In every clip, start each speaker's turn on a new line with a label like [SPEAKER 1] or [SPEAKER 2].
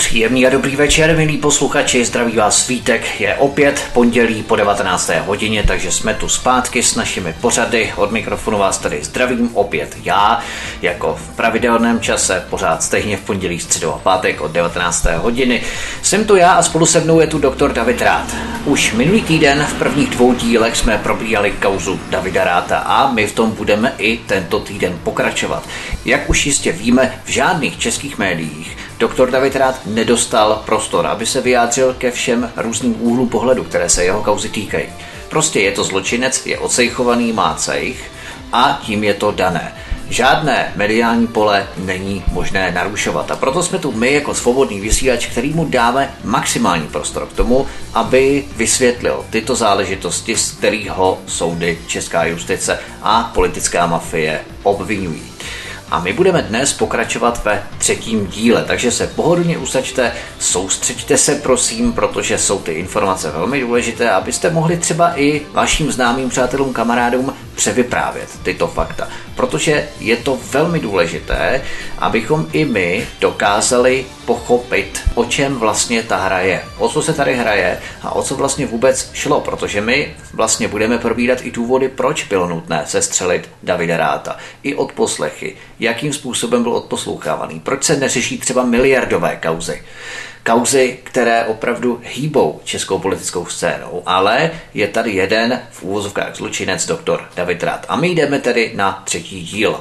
[SPEAKER 1] Příjemný a dobrý večer, milí posluchači, zdraví vás Vítek, je opět pondělí po 19. hodině, takže jsme tu zpátky s našimi pořady, od mikrofonu vás tady zdravím opět já, jako v pravidelném čase, pořád stejně v pondělí, středu a pátek od 19. hodiny. Jsem tu já a spolu se mnou je tu doktor David Ráth. Už minulý týden v prvních 2 dílech jsme probíhali kauzu Davida Ratha a my v tom budeme i tento týden pokračovat. Jak už jistě víme, v žádných českých médiích doktor David Rath nedostal prostor, aby se vyjádřil ke všem různým úhlům pohledu, které se jeho kauzy týkají. Prostě je to zločinec, je odsejchovaný, má cejch a tím je to dané. Žádné mediální pole není možné narušovat a proto jsme tu my jako svobodný vysílač, který mu dáme maximální prostor k tomu, aby vysvětlil tyto záležitosti, z kterých ho soudy, česká justice a politická mafie obvinují. A my budeme dnes pokračovat ve 3. díle, takže se pohodlně usaďte, soustřeďte se prosím, protože jsou ty informace velmi důležité, abyste mohli třeba i vašim známým přátelům, kamarádům převyprávět tyto fakta. Protože je to velmi důležité, abychom i my dokázali pochopit, o čem vlastně ta hra je, o co se tady hraje a o co vlastně vůbec šlo, protože my vlastně budeme probírat i důvody, proč bylo nutné sestřelit Davida Ratha, i odposlechy, jakým způsobem byl odposlouchávaný, proč se neřeší třeba miliardové kauzy. Kauzy, které opravdu hýbou českou politickou scénou, ale je tady jeden v úvozovkách zločinec doktor David Rath. A my jdeme tedy na 3. díl.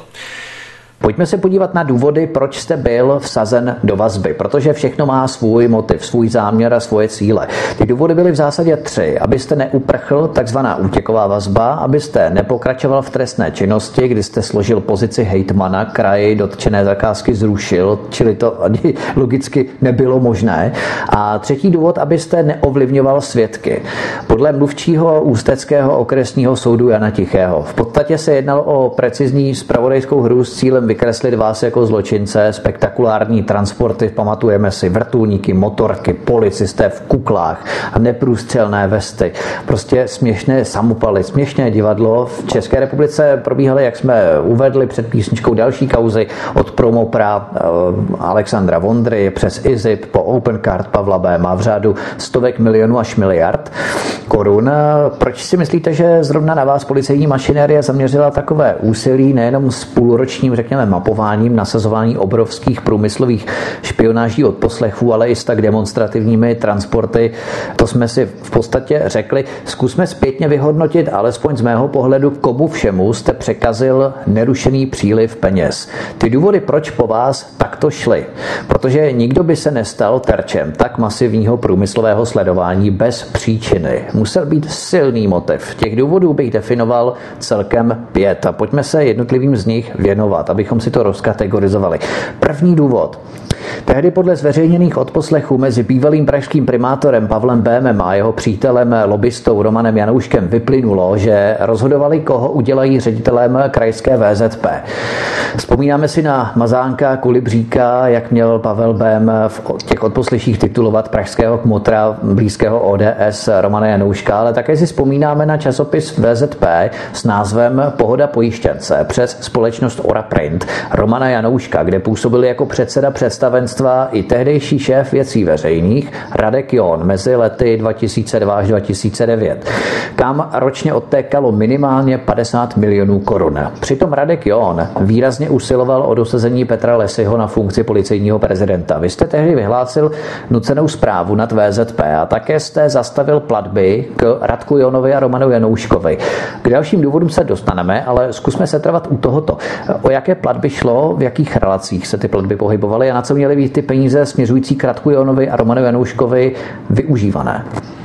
[SPEAKER 1] Pojďme se podívat na důvody, proč jste byl vsazen do vazby, protože všechno má svůj motiv, svůj záměr a svoje cíle. Ty důvody byly v zásadě 3. Abyste neuprchl, takzvaná útěková vazba, abyste nepokračoval v trestné činnosti, kdy jste složil pozici hejtmana, kraj dotčené zakázky zrušil, čili to ani logicky nebylo možné. A 3. důvod, abyste neovlivňoval svědky. Podle mluvčího Ústeckého okresního soudu Jana Tichého. V podstatě se jednalo o precizní zpravodajskou hru s cílem vykreslit vás jako zločince, spektakulární transporty, pamatujeme si vrtulníky, motorky, policisté v kuklách a neprůstřelné vesty. Prostě směšné samopaly, směšné divadlo. V České republice probíhaly, jak jsme uvedli před písničkou, další kauzy od promopra Alexandra Vondry přes IZIP po Opencard Pavla B. má v řádu stovek milionů až miliard korun. Proč si myslíte, že zrovna na vás policejní mašinérie zaměřila takové úsilí nejenom s půlročním, řekněme, mapováním, nasazování obrovských průmyslových špionáží odposlechů, ale i s tak demonstrativními transporty? To jsme si v podstatě řekli. Zkusme zpětně vyhodnotit, alespoň z mého pohledu, komu všemu jste překazil nerušený příliv peněz. Ty důvody, proč po vás takto šly. Protože nikdo by se nestal terčem tak masivního průmyslového sledování bez příčiny. Musel být silný motiv. Těch důvodů bych definoval celkem 5 a pojďme se jednotlivým z nich věnovat, abychom si to rozkategorizovali. První důvod. Tehdy podle zveřejněných odposlechů mezi bývalým pražským primátorem Pavlem Bémem a jeho přítelem lobbystou Romanem Janouškem vyplynulo, že rozhodovali, koho udělají ředitelem krajské VZP. Vzpomínáme si na Mazánka, Kulibříka, jak měl Pavel Bém v těch odposleších titulovat pražského kmotra blízkého ODS Romana Janouška, ale také si vzpomínáme na časopis VZP s názvem Pohoda pojištěnce přes společnost Oraprint Romana Janouška, kde působil jako předseda představenstva i tehdejší šéf věcí veřejných Radek John mezi lety 2002 až 2009, kam ročně odtékalo minimálně 50 milionů korun. Přitom Radek John výrazně usiloval o dosazení Petra Lessyho na funkci policejního prezidenta. Vy jste tehdy vyhlásil nucenou správu nad VZP a také jste zastavil platby k Radku Johnovi a Romanu Janouškovi. K dalším důvodům se dostaneme, ale zkusme se trvat u tohoto. O jaké platby šlo, v jakých relacích se ty platby pohybovaly a na co měly být ty peníze směřující k Radku Johnovi a Romanu Janouškovi využívané?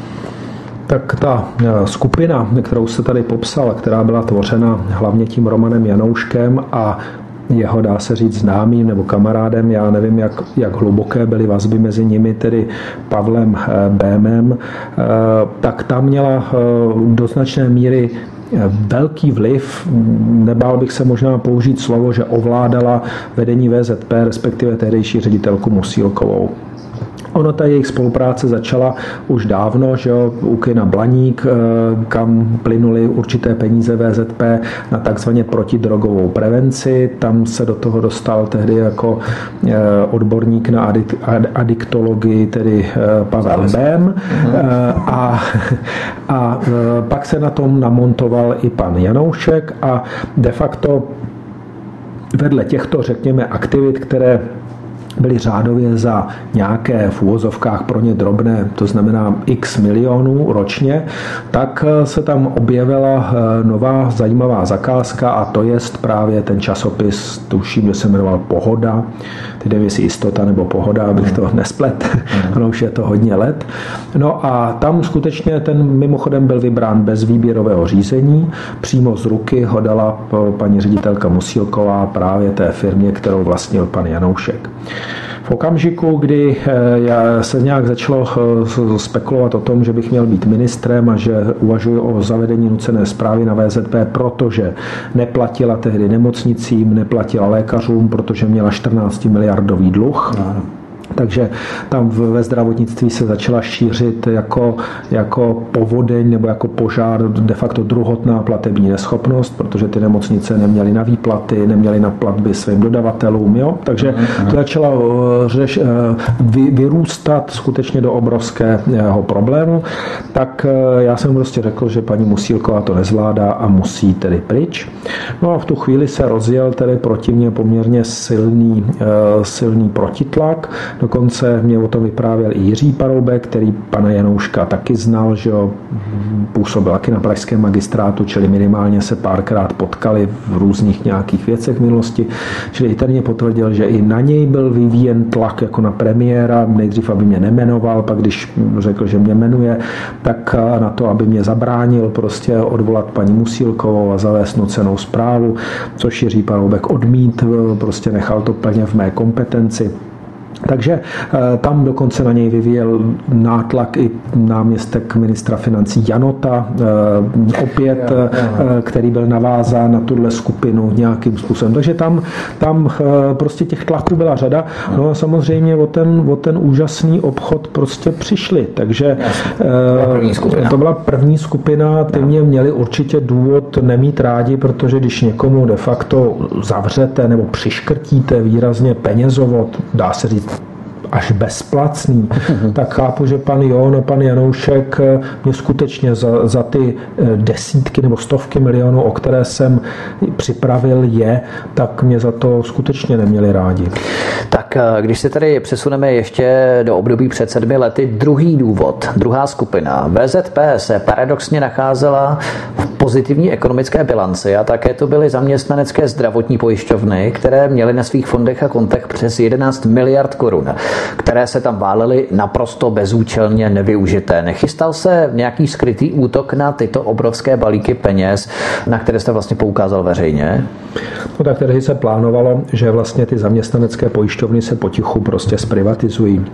[SPEAKER 2] Tak ta skupina, kterou se tady popsal, která byla tvořena hlavně tím Romanem Janouškem a jeho, dá se říct, známým nebo kamarádem, já nevím, jak hluboké byly vazby mezi nimi, tedy Pavlem Bémem, tak ta měla do značné míry velký vliv, nebál bych se možná použít slovo, že ovládala vedení VZP, respektive tehdejší ředitelku Musílkovou. Ono ta jejich spolupráce začala už dávno, že jo, u kina Blaník, kam plynuly určité peníze VZP na takzvaně protidrogovou prevenci. Tam se do toho dostal tehdy jako odborník na adiktologii, tedy Pavel Bém. A pak se na tom namontoval i pan Janoušek a de facto vedle těchto, řekněme, aktivit, které byly řádově za nějaké v uvozovkách pro ně drobné, to znamená x milionů ročně, tak se tam objevila nová zajímavá zakázka a to je právě ten časopis, tuším, že se jmenoval Pohoda, teď nevím, jestli Jistota nebo Pohoda, abych to nesplet, ono už je to hodně let. No a tam skutečně ten mimochodem byl vybrán bez výběrového řízení, přímo z ruky ho dala paní ředitelka Musílková právě té firmě, kterou vlastnil pan Janoušek. V okamžiku, kdy se nějak začalo spekulovat o tom, že bych měl být ministrem a že uvažuji o zavedení nucené správy na VZP, protože neplatila tehdy nemocnicím, neplatila lékařům, protože měla 14 miliardový dluh. Takže tam ve zdravotnictví se začala šířit jako povodeň nebo jako požár de facto druhotná platební neschopnost, protože ty nemocnice neměly na výplaty, neměly na platby svým dodavatelům. Jo? Takže to začalo vyrůstat skutečně do obrovského problému. Tak já jsem prostě řekl, že paní Musílková to nezvládá a musí tedy pryč. No a v tu chvíli se rozjel tedy proti mně poměrně silný protitlak. Dokonce mě o tom vyprávěl i Jiří Paroubek, který pana Janouška taky znal, že působil taky na pražském magistrátu, čili minimálně se párkrát potkali v různých nějakých věcech v minulosti. Čili i ten mě potvrdil, že i na něj byl vyvíjen tlak jako na premiéra, nejdřív, aby mě nemenoval, pak když řekl, že mě jmenuje, tak na to, aby mě zabránil prostě odvolat paní Musílkovou a zavést nucenou správu, což Jiří Paroubek odmít, prostě nechal to plně v mé kompetenci. Takže tam dokonce na něj vyvíjel nátlak i náměstek ministra financí Janota, opět, který byl navázán na tuhle skupinu nějakým způsobem. Takže tam prostě těch tlaků byla řada. No a samozřejmě o ten úžasný obchod prostě přišli. Takže to byla první skupina, ty mě měli určitě důvod nemít rádi, protože když někomu de facto zavřete nebo přiškrtíte výrazně penězovod, dá se říct, až bezplacný, tak chápu, že pan Jon a pan Janoušek mě skutečně za ty desítky nebo stovky milionů, o které jsem připravil tak mě za to skutečně neměli rádi.
[SPEAKER 1] Tak když se tady přesuneme ještě do období před 7 lety, druhý důvod, druhá skupina. VZP se paradoxně nacházela v pozitivní ekonomické bilanci a také to byly zaměstnanecké zdravotní pojišťovny, které měly na svých fondech a kontech přes 11 miliard korun, které se tam válely naprosto bezúčelně nevyužité. Nechystal se nějaký skrytý útok na tyto obrovské balíky peněz, na které jste vlastně poukázal veřejně?
[SPEAKER 2] No tak tedy se plánovalo, že vlastně ty zaměstnanecké pojišťovny se potichu prostě zprivatizují.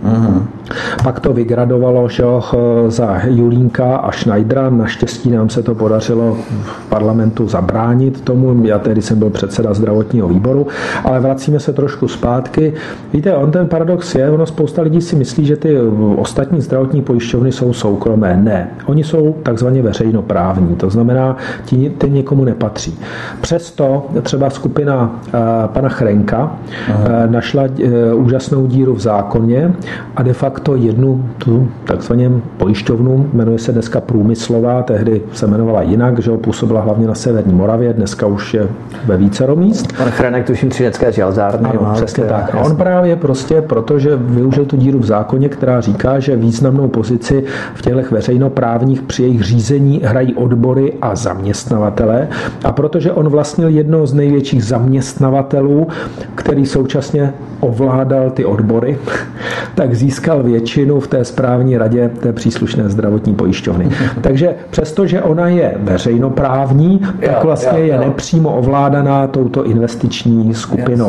[SPEAKER 2] Pak to vygradovalo, že za Julínka a Schneidera. Naštěstí nám se to podařilo v parlamentu zabránit tomu. Já tehdy jsem byl předseda zdravotního výboru, ale vracíme se trošku zpátky. Víte, ten paradox je, spousta lidí si myslí, že ty ostatní zdravotní pojišťovny jsou soukromé. Ne, oni jsou takzvaně veřejnoprávní, to znamená, ty nikomu nepatří. Přesto třeba skupina pana Chrenka našla úžasnou díru v zákoně a de facto jednu tu takzvaně pojišťovnu, jmenuje se dneska Průmyslová, tehdy se jmenovala jinak, že působila hlavně na severní Moravě, dneska už je ve vícero míst.
[SPEAKER 1] Pan Chrenek, tuším, Třinecké železárny.
[SPEAKER 2] Ano, přesně tak. A on právě prostě, protože využil tu díru v zákoně, která říká, že významnou pozici v těch veřejnoprávních při jejich řízení hrají odbory a zaměstnavatelé. A protože on vlastnil jednoho z největších zaměstnavatelů, který současně ovládal ty odbory, tak získal většinu v té správní radě té příslušné zdravotní pojišťovny. Takže přestože ona je veřejnoprávní, tak vlastně je nepřímo ovládaná touto investiční skupinou.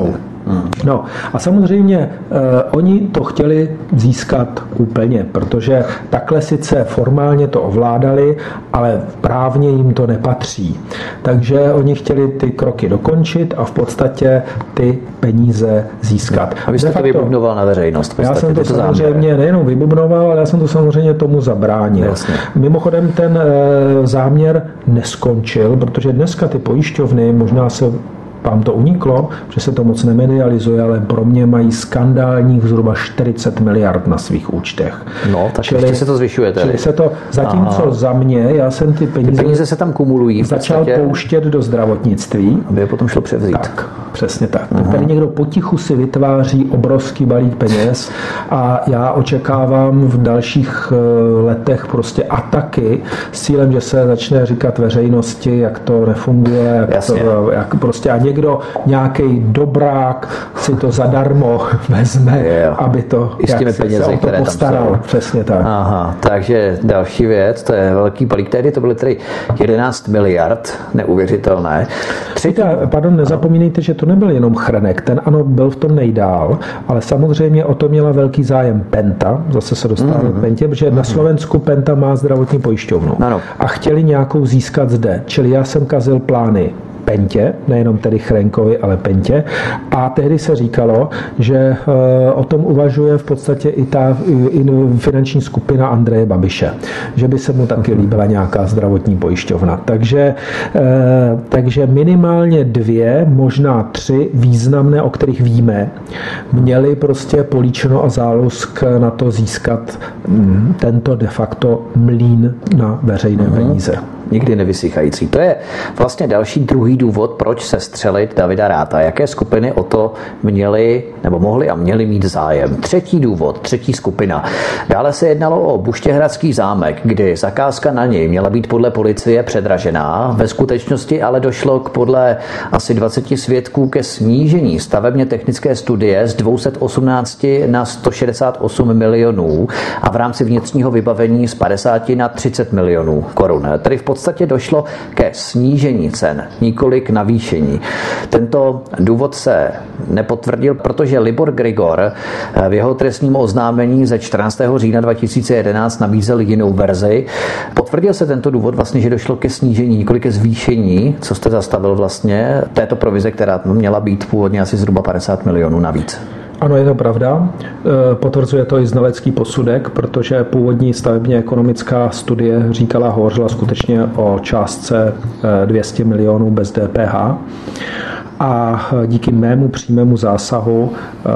[SPEAKER 2] No a samozřejmě oni to chtěli získat úplně, protože takhle sice formálně to ovládali, ale právně jim to nepatří. Takže oni chtěli ty kroky dokončit a v podstatě ty peníze získat.
[SPEAKER 1] A vy jste to vybubnoval na veřejnost.
[SPEAKER 2] Já jsem to samozřejmě nejenom vybubnoval, ale já jsem to samozřejmě tomu zabránil.
[SPEAKER 1] Jasně.
[SPEAKER 2] Mimochodem ten záměr neskončil, protože dneska ty pojišťovny, možná se vám to uniklo, že se to moc nemedializuje, ale pro mě mají skandálních zhruba 40 miliard na svých účtech.
[SPEAKER 1] No, tak ještě se to zvyšuje tedy.
[SPEAKER 2] Čili se to, zatímco za mě, já jsem ty peníze
[SPEAKER 1] se tam kumulují.
[SPEAKER 2] Začal pouštět do zdravotnictví.
[SPEAKER 1] Aby je potom šlo převzít.
[SPEAKER 2] Tak, přesně tak. Tady někdo potichu si vytváří obrovský balík peněz a já očekávám v dalších letech prostě ataky s cílem, že se začne říkat veřejnosti, jak to nefunguje, jak prostě a někdo, nějaký dobrák si to zadarmo vezme, aby to
[SPEAKER 1] penězi,
[SPEAKER 2] se o to postaral. Přesně tak.
[SPEAKER 1] Aha, takže další věc, to je velký balík. Tehdy to byly tedy 11 miliard, neuvěřitelné.
[SPEAKER 2] Pardon, nezapomínejte, že to nebyl jenom Chrenek, ten ano, byl v tom nejdál, ale samozřejmě o to měla velký zájem Penta, zase se dostáváme k Pentě, protože na Slovensku Penta má zdravotní pojišťovnu a chtěli nějakou získat zde, čili já jsem kazil plány Pentě, nejenom tedy Chrenkovi, ale Pentě. A tehdy se říkalo, že o tom uvažuje v podstatě i ta finanční skupina Andreje Babiše, že by se mu taky líbila nějaká zdravotní pojišťovna. Takže minimálně 2, možná 3 významné, o kterých víme, měli prostě políčeno a zálusk na to získat tento de facto mlýn na veřejné peníze.
[SPEAKER 1] Nikdy nevysychající. To je vlastně další druhý důvod, proč sestřelit Davida Ratha. Jaké skupiny o to měly, nebo mohly a měly mít zájem. Třetí důvod, třetí skupina. Dále se jednalo o Buštěhradský zámek, kdy zakázka na něj měla být podle policie předražená. Ve skutečnosti ale došlo podle asi 20 svědků ke snížení stavebně technické studie z 218 na 168 milionů a v rámci vnitřního vybavení z 50 na 30 milionů korun. Tedy v podstatě došlo ke snížení cen, nikoli k navýšení. Tento důvod se nepotvrdil, protože Libor Grigor v jeho trestním oznámení ze 14. října 2011 nabízel jinou verzi. Potvrdil se tento důvod vlastně, že došlo ke snížení, nikoli ke zvýšení, co jste zastavil vlastně této provize, která měla být původně asi zhruba 50 milionů navíc.
[SPEAKER 2] Ano, je to pravda. Potvrzuje to i znalecký posudek, protože původní stavebně ekonomická studie hovořila skutečně o částce 200 milionů bez DPH. A díky mému přímému zásahu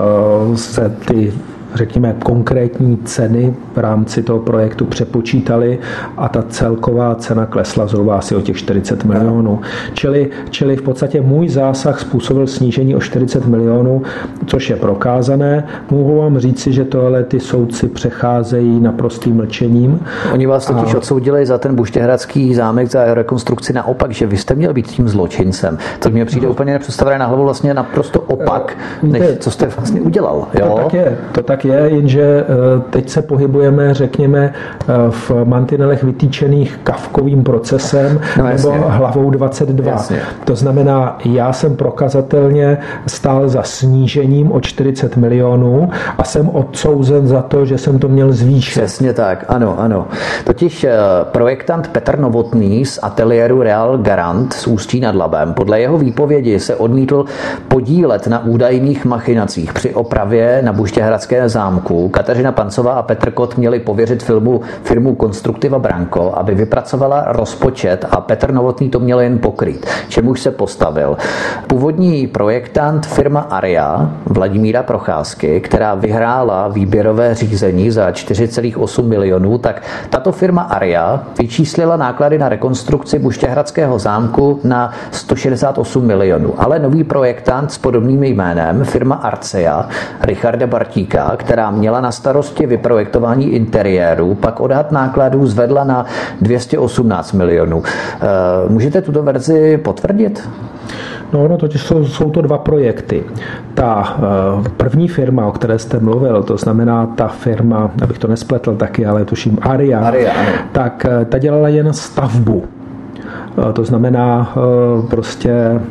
[SPEAKER 2] se ty řekněme, konkrétní ceny v rámci toho projektu přepočítali a ta celková cena klesla zhruba asi o těch 40 milionů. Čili v podstatě můj zásah způsobil snížení o 40 milionů, což je prokázané. Mohu vám říci, že tohle ty soudci přecházejí naprostým mlčením.
[SPEAKER 1] Oni vás totiž odsoudili za ten Buštěhradský zámek, za rekonstrukci naopak, že vy jste měl být tím zločincem. To mě přijde úplně nepředstavené na hlavu, vlastně naprosto opak, než co jste vlastně udělal. Jo?
[SPEAKER 2] To tak je, jenže teď se pohybujeme, řekněme, v mantinelech vytýčených Kafkovým procesem nebo hlavou 22.
[SPEAKER 1] Jasně.
[SPEAKER 2] To znamená, já jsem prokazatelně stál za snížením o 40 milionů a jsem odsouzen za to, že jsem to měl zvýšit.
[SPEAKER 1] Přesně tak, ano. Totiž projektant Petr Novotný z ateliéru Real Garant z Ústí nad Labem podle jeho výpovědi se odmítl podílet na údajných machinacích při opravě na Buštěhradské zámku. Kateřina Pancová a Petr Kot měli pověřit firmu Konstruktiva Branco, aby vypracovala rozpočet a Petr Novotný to měl jen pokrýt, čemuž se postavil. Původní projektant firma Aria Vladimíra Procházky, která vyhrála výběrové řízení za 4,8 milionů, tak tato firma Aria vyčíslila náklady na rekonstrukci Buštěhradského zámku na 168 milionů. Ale nový projektant s podobným jménem, firma Arcea Richarda Bartíka, která měla na starosti vyprojektování interiéru, pak odhad nákladů zvedla na 218 milionů. Můžete tuto verzi potvrdit?
[SPEAKER 2] No, totiž jsou to dva projekty. Ta první firma, o které jste mluvil, to znamená ta firma, abych to nespletl taky, ale tuším Aria, tak ta dělala jen stavbu. To znamená prostě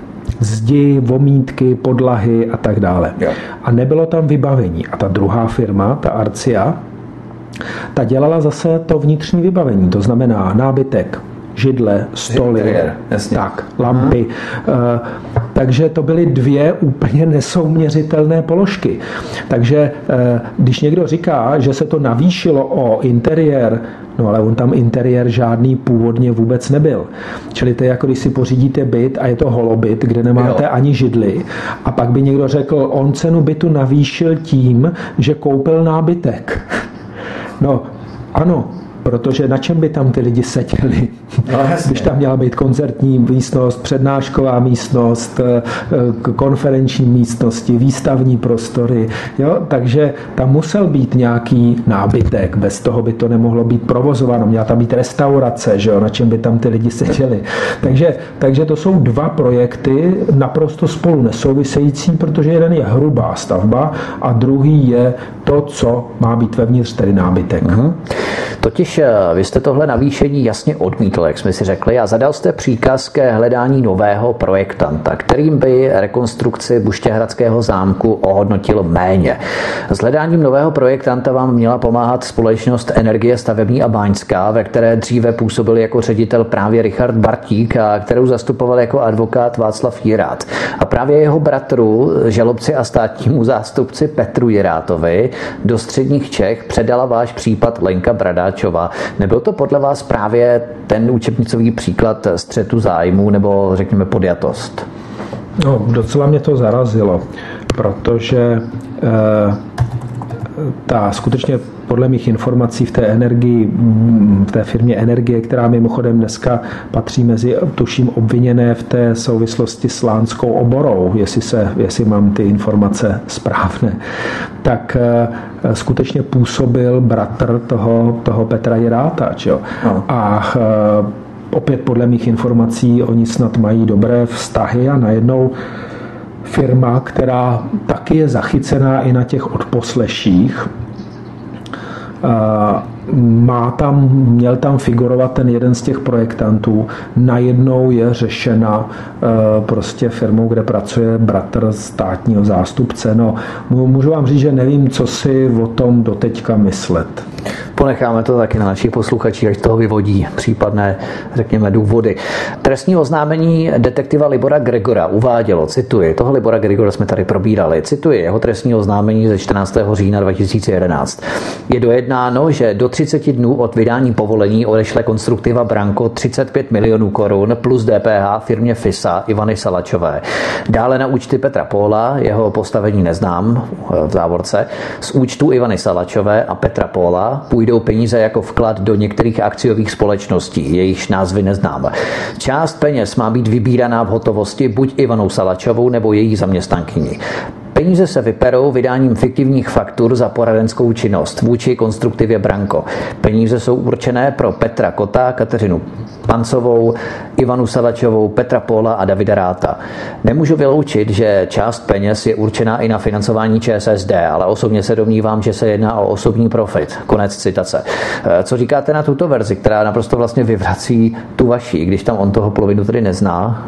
[SPEAKER 2] zdi, vomítky, podlahy a tak dále. A nebylo tam vybavení. A ta druhá firma, ta Arcia, ta dělala zase to vnitřní vybavení, to znamená nábytek, židle, stoly, tak, lampy. Takže to byly dvě úplně nesouměřitelné položky. Takže když někdo říká, že se to navýšilo o interiér, no ale on tam interiér žádný původně vůbec nebyl. Čili to je jako když si pořídíte byt a je to holobyt, kde nemáte ani židli a pak by někdo řekl, on cenu bytu navýšil tím, že koupil nábytek. No, ano, protože na čem by tam ty lidi seděli? No, když tam měla být koncertní místnost, přednášková místnost, konferenční místnosti, výstavní prostory, jo? Takže tam musel být nějaký nábytek, bez toho by to nemohlo být provozováno, měla tam být restaurace, že jo? Na čem by tam ty lidi seděli. Takže to jsou dva projekty naprosto spolu nesouvisející, protože jeden je hrubá stavba a druhý je to, co má být vevnitř, tedy nábytek.
[SPEAKER 1] Totiž vy jste tohle navýšení jasně odmítl, jak jsme si řekli, a zadal jste příkaz ke hledání nového projektanta, kterým by rekonstrukci Buštěhradského zámku ohodnotil méně. S hledáním nového projektanta vám měla pomáhat společnost Energie stavební a báňská, ve které dříve působil jako ředitel právě Richard Bartík a kterou zastupoval jako advokát Václav Jirát. A právě jeho bratru, žalobci a státnímu zástupci Petru Jirátovi, do středních Čech předala váš případ Lenka Bradáčová. Nebyl to podle vás právě ten učebnicový příklad střetu zájmů nebo řekněme podjatost?
[SPEAKER 2] No, docela mě to zarazilo, protože ta skutečně podle mých informací v té energii, v té firmě Energie, která mimochodem dneska patří mezi, tuším, obviněné v té souvislosti s Lánskou oborou, jestli mám ty informace správné, tak skutečně působil bratr toho Petra Jiráta. No. A opět podle mých informací oni snad mají dobré vztahy a najednou firma, která taky je zachycená i na těch odposleších, měl tam figurovat ten jeden z těch projektantů, najednou je řešena prostě firmou, kde pracuje bratr státního zástupce. No, můžu vám říct, že nevím, co si o tom doteďka myslet.
[SPEAKER 1] Ponecháme to taky na našich posluchačích, ať toho vyvodí případné, řekněme, důvody. Trestní oznámení detektiva Libora Gregora uvádělo, cituji, toho Libora Gregora jsme tady probírali, cituji jeho trestní oznámení ze 14. října 2011. Je dojednáno, že do 30 dnů od vydání povolení odešle Konstruktiva Branko 35 milionů korun plus DPH firmě FISA Ivany Salačové. Dále na účty Petra Póla, jeho postavení neznám v závorce, z účtu Ivany Salačové a Petra Póla půjdou peníze jako vklad do některých akciových společností, jejichž názvy neznám. Část peněz má být vybíraná v hotovosti buď Ivanou Salačovou nebo její zaměstnankyní. Peníze se vyperou vydáním fiktivních faktur za poradenskou činnost vůči Konstruktivě Branko. Peníze jsou určené pro Petra Kota, Kateřinu Pancovou, Ivanu Salačovou, Petra Póla a Davida Ráta. Nemůžu vyloučit, že část peněz je určená i na financování ČSSD, ale osobně se domnívám, že se jedná o osobní profit. Konec citace. Co říkáte na tuto verzi, která naprosto vlastně vyvrací tu vaši, když tam on toho polovinu tedy nezná?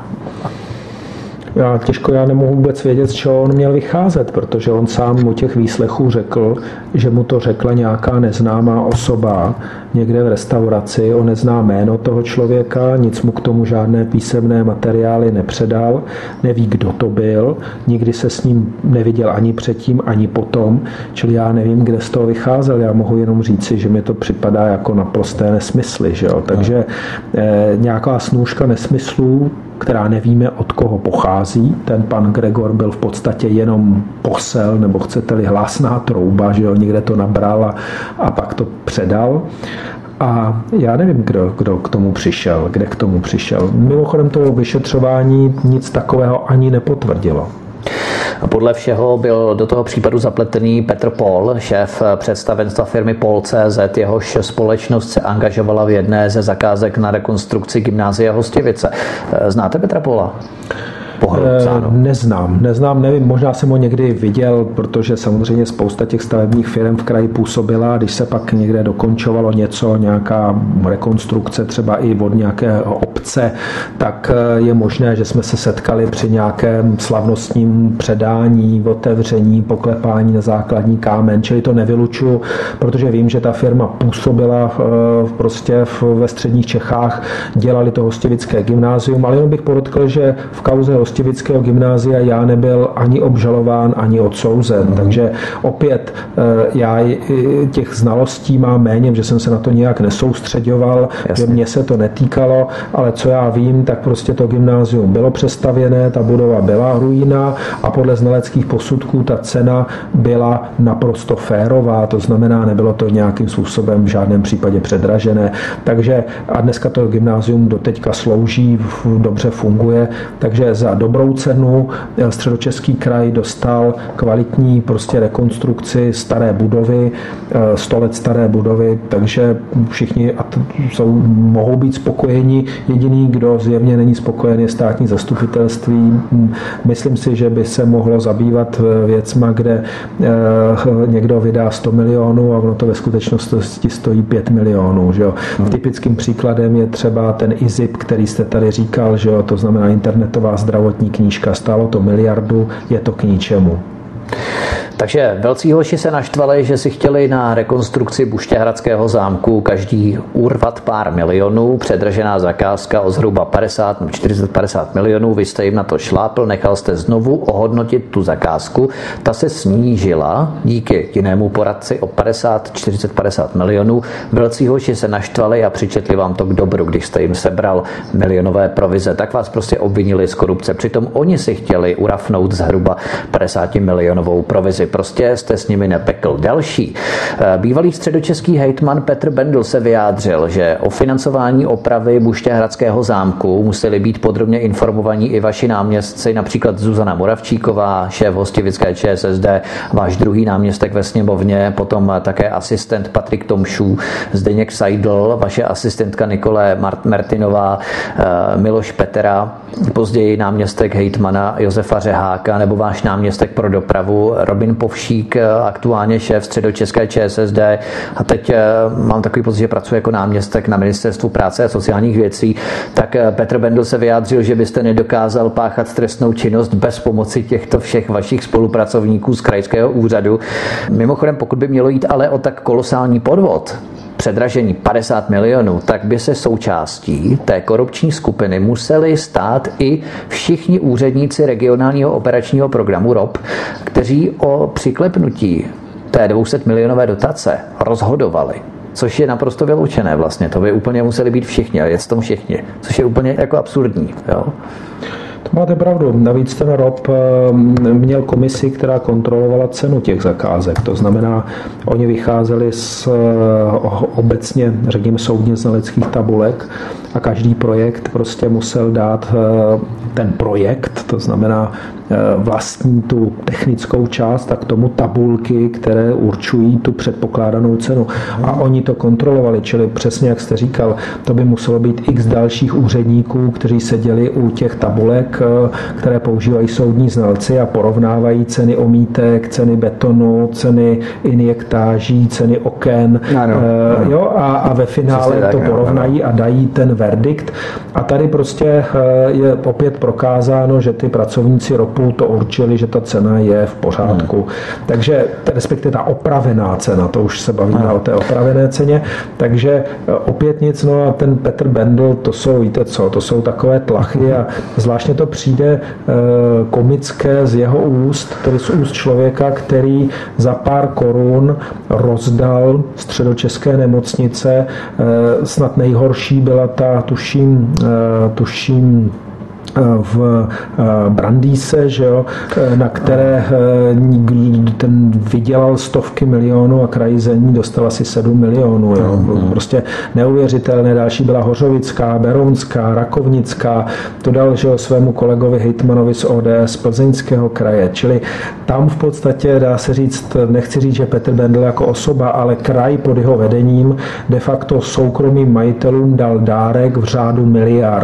[SPEAKER 2] Já nemohu vůbec vědět, z čeho on měl vycházet, protože on sám u těch výslechů řekl, že mu to řekla nějaká neznámá osoba někde v restauraci. On nezná jméno toho člověka, nic mu k tomu žádné písemné materiály nepředal, neví, kdo to byl, nikdy se s ním neviděl ani předtím, ani potom, čili já nevím, kde z toho vycházel. Já mohu jenom říci, že mi to připadá jako naprosté nesmysly. Že jo? Takže nějaká snůška nesmyslů, která nevíme, od koho pochází. Ten pan Gregor byl v podstatě jenom posel, nebo chcete-li hlásná trouba, že jo, někde to nabral a pak to předal. A já nevím, kdo k tomu přišel, kde k tomu přišel. Mimochodem to vyšetřování nic takového ani nepotvrdilo.
[SPEAKER 1] Podle všeho byl do toho případu zapletený Petr Pól, šéf představenstva firmy Pol.cz, jehož společnost se angažovala v jedné ze zakázek na rekonstrukci gymnázia Hostivice. Znáte Petra Póla?
[SPEAKER 2] Neznám, nevím, možná jsem ho někdy viděl, protože samozřejmě spousta těch stavebních firm v kraji působila, když se pak někde dokončovalo něco, nějaká rekonstrukce třeba i od nějaké obce, tak je možné, že jsme se setkali při nějakém slavnostním předání, otevření, poklepání na základní kámen, čili to nevylučuju, protože vím, že ta firma působila prostě ve středních Čechách, dělali to hostivické gymnázium, ale jenom bych podotkl, že v kauze hostivického gymnázia já nebyl ani obžalován, ani odsouzen. Takže opět já těch znalostí mám méně, že jsem se na to nějak nesoustředoval, že mě se to netýkalo, ale co já vím, tak prostě to gymnázium bylo přestavěné, ta budova byla ruína a podle znaleckých posudků ta cena byla naprosto férová, to znamená, nebylo to nějakým způsobem v žádném případě předražené. Takže a dneska to gymnázium doteďka slouží, dobře funguje, takže za dobrou cenu Středočeský kraj dostal kvalitní prostě rekonstrukci staré budovy, 100 let staré budovy, takže všichni mohou být spokojeni. Jediný, kdo zjevně není spokojen, je státní zastupitelství. Myslím si, že by se mohlo zabývat věcma, kde někdo vydá 100 milionů a ono to ve skutečnosti stojí 5 milionů. Že jo? Typickým příkladem je třeba ten IZIP, který jste tady říkal, že jo? To znamená internetová zdravotní knížka. Stálo to miliardu, je to k ničemu.
[SPEAKER 1] Takže velcí hoši se naštvali, že si chtěli na rekonstrukci Buštěhradského zámku každý urvat pár milionů, předražená zakázka o zhruba 40-50 milionů, vy jste jim na to šlápl, nechal jste znovu ohodnotit tu zakázku, ta se snížila díky jinému poradci o 40-50 milionů, velcí hoši se naštvali a přičetli vám to k dobru, když jste jim sebral milionové provize, tak vás prostě obvinili z korupce, přitom oni si chtěli urafnout zhruba 50 milionovou provizi. Prostě jste s nimi nepekl. Další. Bývalý středočeský hejtman Petr Bendl se vyjádřil, že o financování opravy Buštěhradského zámku museli být podrobně informovaní i vaši náměstci, například Zuzana Moravčíková, šéf hostivické ČSSD, váš druhý náměstek ve sněmovně, potom také asistent Patrik Tomšů, Zdeněk Seidl, vaše asistentka Nikole Martinová, Miloš Petera, později náměstek hejtmana Josefa Řeháka nebo váš náměstek pro dopravu Robin Povšík, aktuálně šéf středočeské ČSSD a teď mám takový pocit, že pracuje jako náměstek na Ministerstvu práce a sociálních věcí, tak Petr Bendl se vyjádřil, že byste nedokázal páchat trestnou činnost bez pomoci těchto všech vašich spolupracovníků z krajského úřadu. Mimochodem, pokud by mělo jít ale o tak kolosální podvod, předražení 50 milionů, tak by se součástí té korupční skupiny museli stát i všichni úředníci regionálního operačního programu ROP, kteří o přiklepnutí té 200 milionové dotace rozhodovali. Což je naprosto vyloučené vlastně. To by úplně museli být všichni a jet tom všichni. Což je úplně jako absurdní. Jo?
[SPEAKER 2] To máte pravdu. Navíc ten ROP měl komisi, která kontrolovala cenu těch zakázek. To znamená, oni vycházeli z obecně, řekněme, soudně znaleckých tabulek a každý projekt prostě musel dát ten projekt, to znamená vlastní tu technickou část a k tomu tabulky, které určují tu předpokládanou cenu. A oni to kontrolovali, čili přesně jak jste říkal, to by muselo být x dalších úředníků, kteří seděli u těch tabulek, které používají soudní znalci a porovnávají ceny omítek, ceny betonu, ceny injektáží, ceny oken. Jo, a ve finále to porovnají a dají ten verdikt. A tady prostě je opět prokázáno, že ty pracovníci ROPu to určili, že ta cena je v pořádku. Takže respektive ta opravená cena, to už se bavíme o té opravené ceně, takže opět nic, no a ten Petr Bendl, to jsou, víte co, to jsou takové tlachy a zvláštně to přijde komické z jeho úst, tedy z úst člověka, který za pár korun rozdal středočeské nemocnice, snad nejhorší byla ta, tuším v Brandýse, že jo, na které ten vydělal stovky milionů a kraj za ní dostal asi 7 milionů. Jo. Prostě neuvěřitelné. Další byla Hořovická, Berounská, Rakovnická. To dal, že jo, svému kolegovi hejtmanovi z ODS Plzeňského kraje. Čili tam v podstatě dá se říct, nechci říct, že Petr Bendl jako osoba, ale kraj pod jeho vedením de facto soukromým majitelům dal dárek v řádu miliard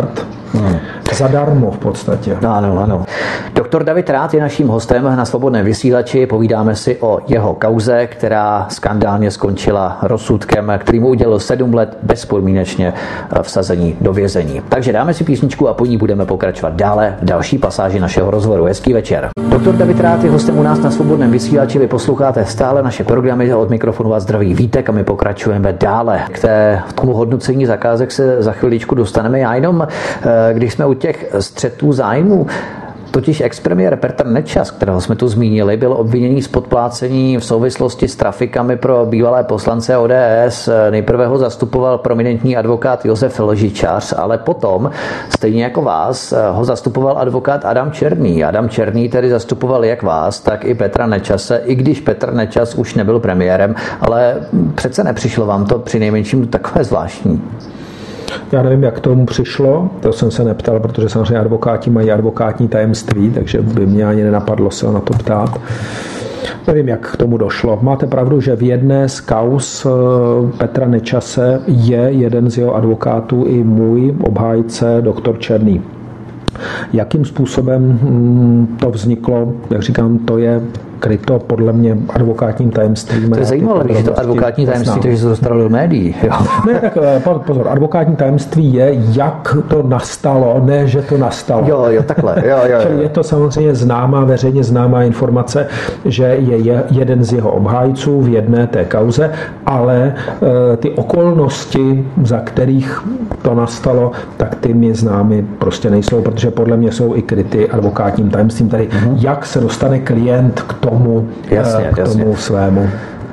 [SPEAKER 2] Zadarmo v podstatě.
[SPEAKER 1] Ano. Doktor David Rath je naším hostem na Svobodném vysílači. Povídáme si o jeho kauze, která skandálně skončila rozsudkem, který mu udělil 7 let bezpodmínečně vsazení do vězení. Takže dáme si písničku a po ní budeme pokračovat dále v další pasáži našeho rozhovoru. Hezký večer. Doktor David Rath je hostem u nás na Svobodném vysílači. Vy posloucháte stále naše programy, od mikrofonu vás zdraví Vítek a my pokračujeme dále. K tomu hodnocení zakázek se za chviličku dostaneme. Já jenom, když jsme u těch střetů zájmů, totiž expremiér Petr Nečas, kterého jsme tu zmínili, byl obviněný z podplácení v souvislosti s trafikami pro bývalé poslance ODS. Nejprve ho zastupoval prominentní advokát Josef Lžičář, ale potom, stejně jako vás, ho zastupoval advokát Adam Černý. Adam Černý tedy zastupoval jak vás, tak i Petra Nečase, i když Petr Nečas už nebyl premiérem, ale přece nepřišlo vám to přinejmenším takové zvláštní.
[SPEAKER 2] Já nevím, jak k tomu přišlo, to jsem se neptal, protože samozřejmě advokáti mají advokátní tajemství, takže by mě ani nenapadlo se na to ptát. Nevím, jak k tomu došlo. Máte pravdu, že v jedné z kauz Petra Nečase je jeden z jeho advokátů i můj obhájce, doktor Černý. Jakým způsobem to vzniklo, jak říkám, to je kryto podle mě advokátním tajemstvím.
[SPEAKER 1] To je zajímavé, když je to advokátní tajemství, takže se dostalo do médií. Jo.
[SPEAKER 2] Ne, tak pozor, advokátní tajemství je, jak to nastalo, ne, že to nastalo.
[SPEAKER 1] Jo, takhle. Jo.
[SPEAKER 2] Je to samozřejmě veřejně známá informace, že je jeden z jeho obhájců v jedné té kauze, ale ty okolnosti, za kterých to nastalo, tak ty mi známy prostě nejsou, protože podle mě jsou i kryty advokátním tajemstvím. Tady jak se dostane klient k tomu svému.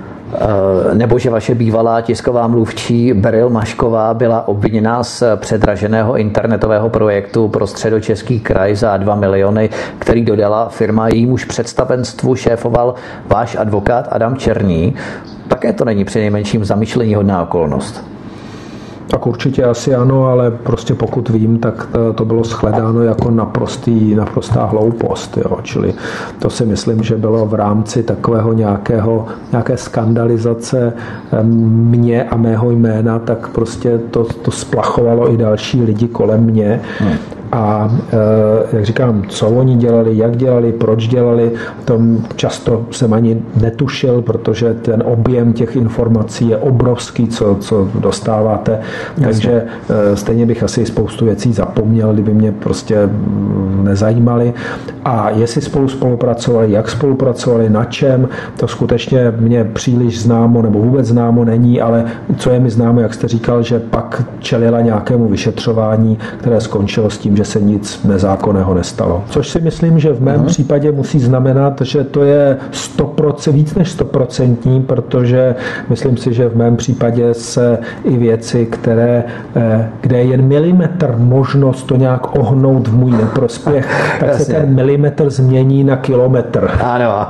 [SPEAKER 1] Nebo že vaše bývalá tisková mluvčí Beryl Mašková byla obviněná z předraženého internetového projektu pro Středočeský kraj za 2 miliony, který dodala firma, jejímuž představenstvu šéfoval váš advokát Adam Černý. Také to není přinejmenším zamýšleníhodná okolnost.
[SPEAKER 2] Tak určitě asi ano, ale prostě pokud vím, tak to bylo shledáno jako naprostá hloupost. Jo. Čili to si myslím, že bylo v rámci takového nějaké skandalizace mě a mého jména, tak prostě to splachovalo i další lidi kolem mě. A jak říkám, co oni dělali, jak dělali, proč dělali, tom často jsem ani netušil, protože ten objem těch informací je obrovský, co dostáváte. Jasně. Takže stejně bych asi spoustu věcí zapomněl, kdyby mě prostě nezajímaly. A jestli spolupracovali, jak spolupracovali, na čem, to skutečně mě příliš známo nebo vůbec známo není, ale co je mi známo, jak jste říkal, že pak čelila nějakému vyšetřování, které skončilo s tím, že se nic nezákonného nestalo. Což si myslím, že v mém případě musí znamenat, že to je 100%, víc než 100%, protože myslím si, že v mém případě se i věci, kde je jen milimetr možnost to nějak ohnout v můj neprospěch, tak se ten milimetr změní na kilometr.
[SPEAKER 1] Ano,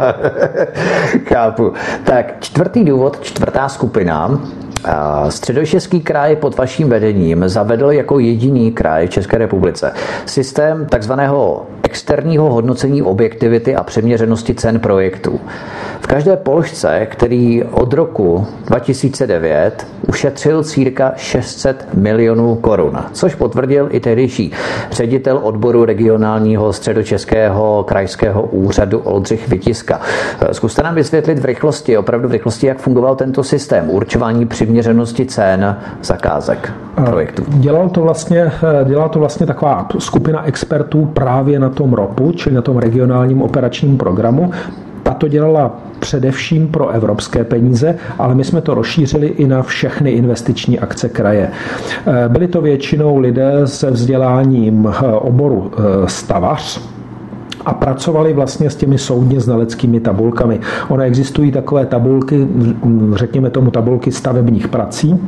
[SPEAKER 1] chápu. Tak 4. důvod, 4. skupina. Středočeský kraj pod vaším vedením zavedl jako jediný kraj v České republice systém takzvaného externího hodnocení objektivity a přiměřenosti cen projektů. V každé položce, který od roku 2009 ušetřil cca 600 milionů korun, což potvrdil i tehdejší ředitel odboru regionálního středočeského krajského úřadu Oldřich Vytiska. Zkuste nám vysvětlit opravdu v rychlosti, jak fungoval tento systém určování přiměřenosti cen zakázek projektů.
[SPEAKER 2] Dělala to vlastně taková skupina expertů právě na tom ROPu, čili na tom regionálním operačním programu. Ta to dělala především pro evropské peníze, ale my jsme to rozšířili i na všechny investiční akce kraje. Byli to většinou lidé se vzděláním oboru stavař, a pracovali vlastně s těmi soudně znaleckými tabulkami. Ono existují takové tabulky, řekněme tomu tabulky stavebních prací,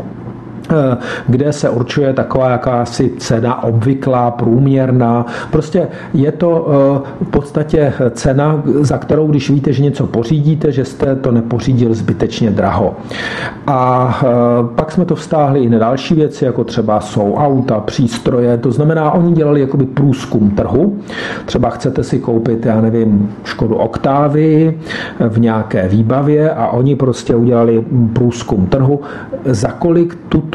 [SPEAKER 2] kde se určuje taková jakási cena obvyklá, průměrná. Prostě je to v podstatě cena, za kterou, když víte, že něco pořídíte, že jste to nepořídil zbytečně draho. A pak jsme to vztáhli i na další věci, jako třeba jsou auta, přístroje, to znamená, oni dělali jakoby průzkum trhu. Třeba chcete si koupit, já nevím, Škodu Octavii v nějaké výbavě a oni prostě udělali průzkum trhu, za kolik tuto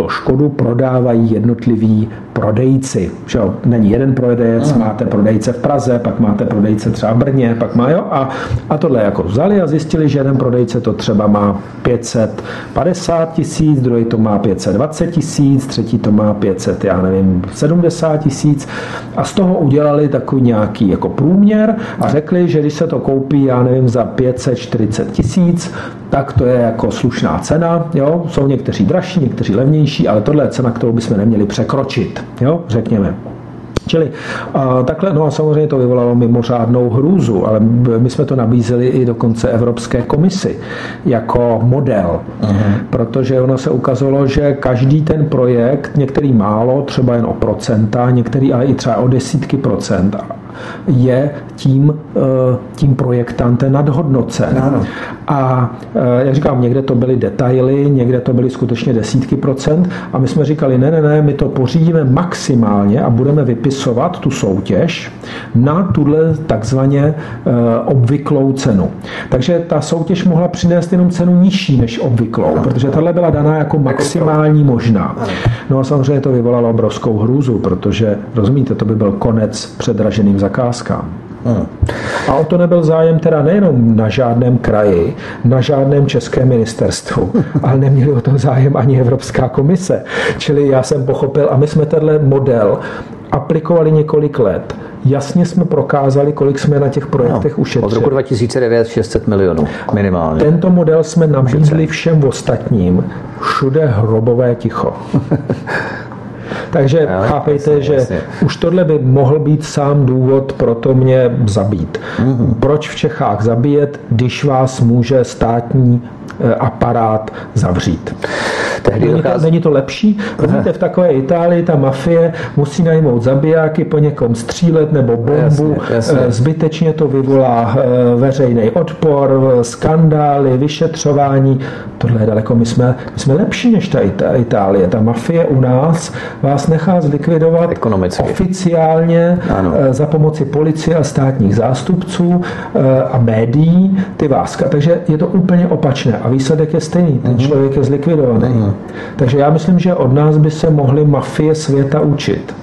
[SPEAKER 2] tuto Škodu prodávají jednotliví prodejci. Že jo? Není jeden prodejec, máte prodejce v Praze, pak máte prodejce třeba v Brně, pak má, jo, a tohle jako vzali a zjistili, že jeden prodejce to třeba má 550 000, druhý to má 520 000, třetí to má 570 000 a z toho udělali takový nějaký jako průměr a řekli, že když se to koupí, já nevím, za 540 000, tak to je jako slušná cena, jo? Jsou někteří dražší, někteří levnější, ale tohle je cena, kterou bychom neměli překročit, jo? Řekněme. Čili takhle, no a samozřejmě to vyvolalo mimořádnou hrůzu, ale my jsme to nabízeli i dokonce Evropské komisi jako model, protože ono se ukazalo, že každý ten projekt, některý málo, třeba jen o procenta, některý ale i třeba o desítky procent, je tím projektantem nadhodnocen. Ano. A jak říkám, někde to byly detaily, někde to byly skutečně desítky procent a my jsme říkali, ne, my to pořídíme maximálně a budeme vypisovat tu soutěž na tuhle takzvaně obvyklou cenu. Takže ta soutěž mohla přinést jenom cenu nižší než obvyklou, protože tahle byla daná jako maximální možná. No a samozřejmě to vyvolalo obrovskou hrůzu, protože, rozumíte, to by byl konec předraženým zakázkám. A o to nebyl zájem teda nejenom na žádném kraji, na žádném českém ministerstvu, ale neměli o tom zájem ani Evropská komise. Čili já jsem pochopil, a my jsme tenhle model aplikovali několik let. Jasně jsme prokázali, kolik jsme na těch projektech ušetřili.
[SPEAKER 3] Od roku 2009 600 milionů minimálně.
[SPEAKER 2] Tento model jsme nabídli všem ostatním. Všude hrobové ticho. Takže chápejte, že už tohle by mohl být sám důvod pro to mě zabít. Proč v Čechách zabíjet, když vás může státní aparát zavřít? Není to lepší? Vidíte, v takové Itálii ta mafie musí najmout zabijáky, po někom střílet nebo bombu, zbytečně to vyvolá veřejný odpor, skandály, vyšetřování. Tohle je daleko, my jsme lepší než ta Itálie. Ta mafie u nás vás nechá zlikvidovat oficiálně za pomoci policie a státních zástupců a médií, ty vás. Takže je to úplně opačné a výsledek je stejný. Ten člověk je zlikvidovaný. Takže já myslím, že od nás by se mohly mafie světa učit.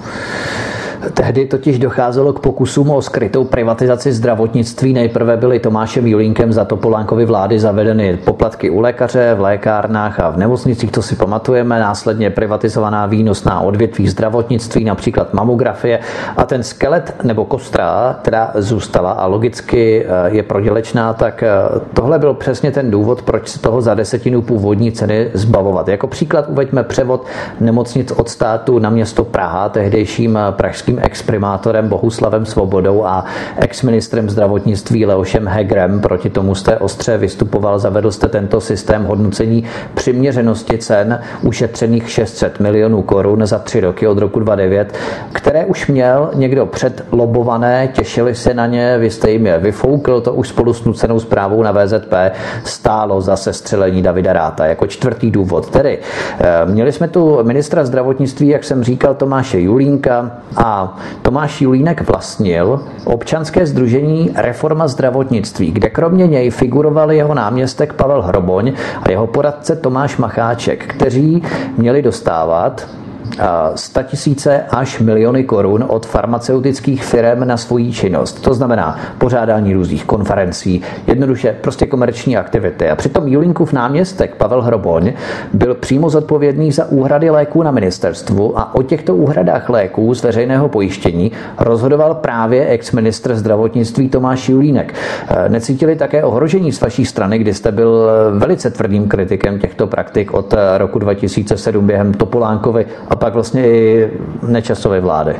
[SPEAKER 3] Tehdy totiž docházelo k pokusům o skrytou privatizaci zdravotnictví. Nejprve byly Tomášem Julínkem za Topolánkovy vlády zavedeny poplatky u lékaře, v lékárnách a v nemocnicích, to si pamatujeme. Následně privatizovaná výnosná odvětví zdravotnictví, například mamografie. A ten skelet nebo kostra, která zůstala a logicky je prodělečná, tak tohle byl přesně ten důvod, proč se toho za desetinu původní ceny zbavovat. Jako příklad uveďme převod nemocnic od státu na město Praha, tehdejším pražským exprimátorem Bohuslavem Svobodou a exministrem zdravotnictví Leošem Hegerem. Proti tomu jste ostře vystupoval, zavedl jste tento systém hodnocení přiměřenosti cen ušetřených 600 milionů korun za 3 roky od roku 2009, které už měl někdo předlobované, těšili se na ně, vy jste jim je vyfoukl, to už spolu s nucenou zprávou na VZP stálo za sestřelení Davida Ratha jako čtvrtý důvod. Tedy měli jsme tu ministra zdravotnictví, jak jsem říkal, Tomáše Julínka a Tomáš Julínek vlastnil občanské sdružení Reforma zdravotnictví, kde kromě něj figuroval jeho náměstek Pavel Hroboň a jeho poradce Tomáš Macháček, kteří měli dostávat 100 000 až miliony korun od farmaceutických firem na svoji činnost. To znamená pořádání různých konferencí, jednoduše prostě komerční aktivity. A přitom Julínkův náměstek Pavel Hroboň byl přímo zodpovědný za úhrady léků na ministerstvu a o těchto úhradách léků z veřejného pojištění rozhodoval právě ex-ministr zdravotnictví Tomáš Julínek. Necítili také ohrožení z vaší strany, kdy jste byl velice tvrdým kritikem těchto praktik od roku 2007 během Topolánkovy a pak vlastně i Nečasovy vlády?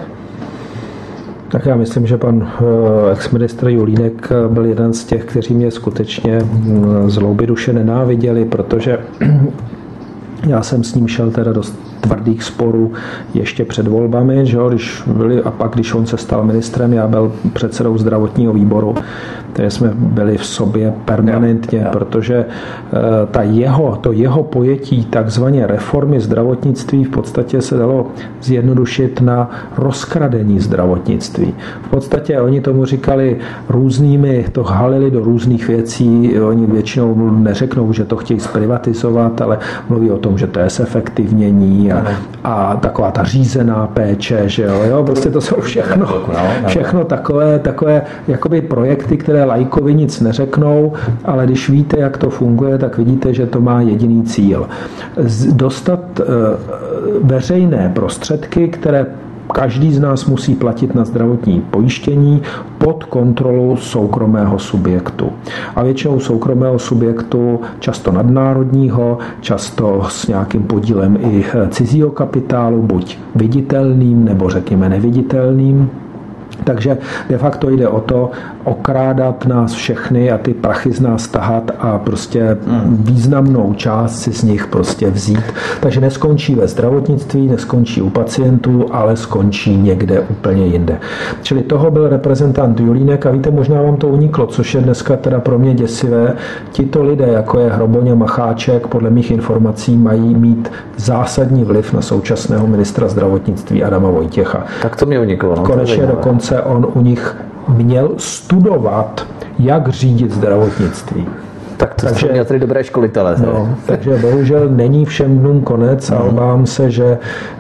[SPEAKER 2] Tak já myslím, že pan ex-ministr Julínek byl jeden z těch, kteří mě skutečně z hloubi duše nenáviděli, protože já jsem s ním šel teda dost tvrdých sporů ještě před volbami, že jo, a pak, když on se stal ministrem, já byl předsedou zdravotního výboru, takže jsme byli v sobě permanentně, protože to jeho pojetí takzvané reformy zdravotnictví v podstatě se dalo zjednodušit na rozkradení zdravotnictví. V podstatě oni tomu říkali různými, to halili do různých věcí, oni většinou neřeknou, že to chtějí zprivatizovat, ale mluví o tom, že to je zefektivnění a taková ta řízená péče, že jo, prostě to jsou všechno takové jakoby projekty, které laikovi nic neřeknou, ale když víte, jak to funguje, tak vidíte, že to má jediný cíl. Dostat veřejné prostředky, které každý z nás musí platit na zdravotní pojištění pod kontrolu soukromého subjektu. A většinou soukromého subjektu, často nadnárodního, často s nějakým podílem i cizího kapitálu, buď viditelným nebo řekněme neviditelným. Takže de facto jde o to okrádat nás všechny a ty prachy z nás tahat a prostě významnou část si z nich prostě vzít. Takže neskončí ve zdravotnictví, neskončí u pacientů, ale skončí někde úplně jinde. Čili toho byl reprezentant Julínek a víte, možná vám to uniklo, což je dneska teda pro mě děsivé. Tito lidé, jako je Hroboň Macháček, podle mých informací mají mít zásadní vliv na současného ministra zdravotnictví Adama Vojtěcha.
[SPEAKER 3] Tak to mě uniklo. No,
[SPEAKER 2] konečně dokonce on u nich měl studovat, jak řídit zdravotnictví.
[SPEAKER 3] Takže měl tady dobré školitele.
[SPEAKER 2] No, takže bohužel není všem dnům konec a obávám se, že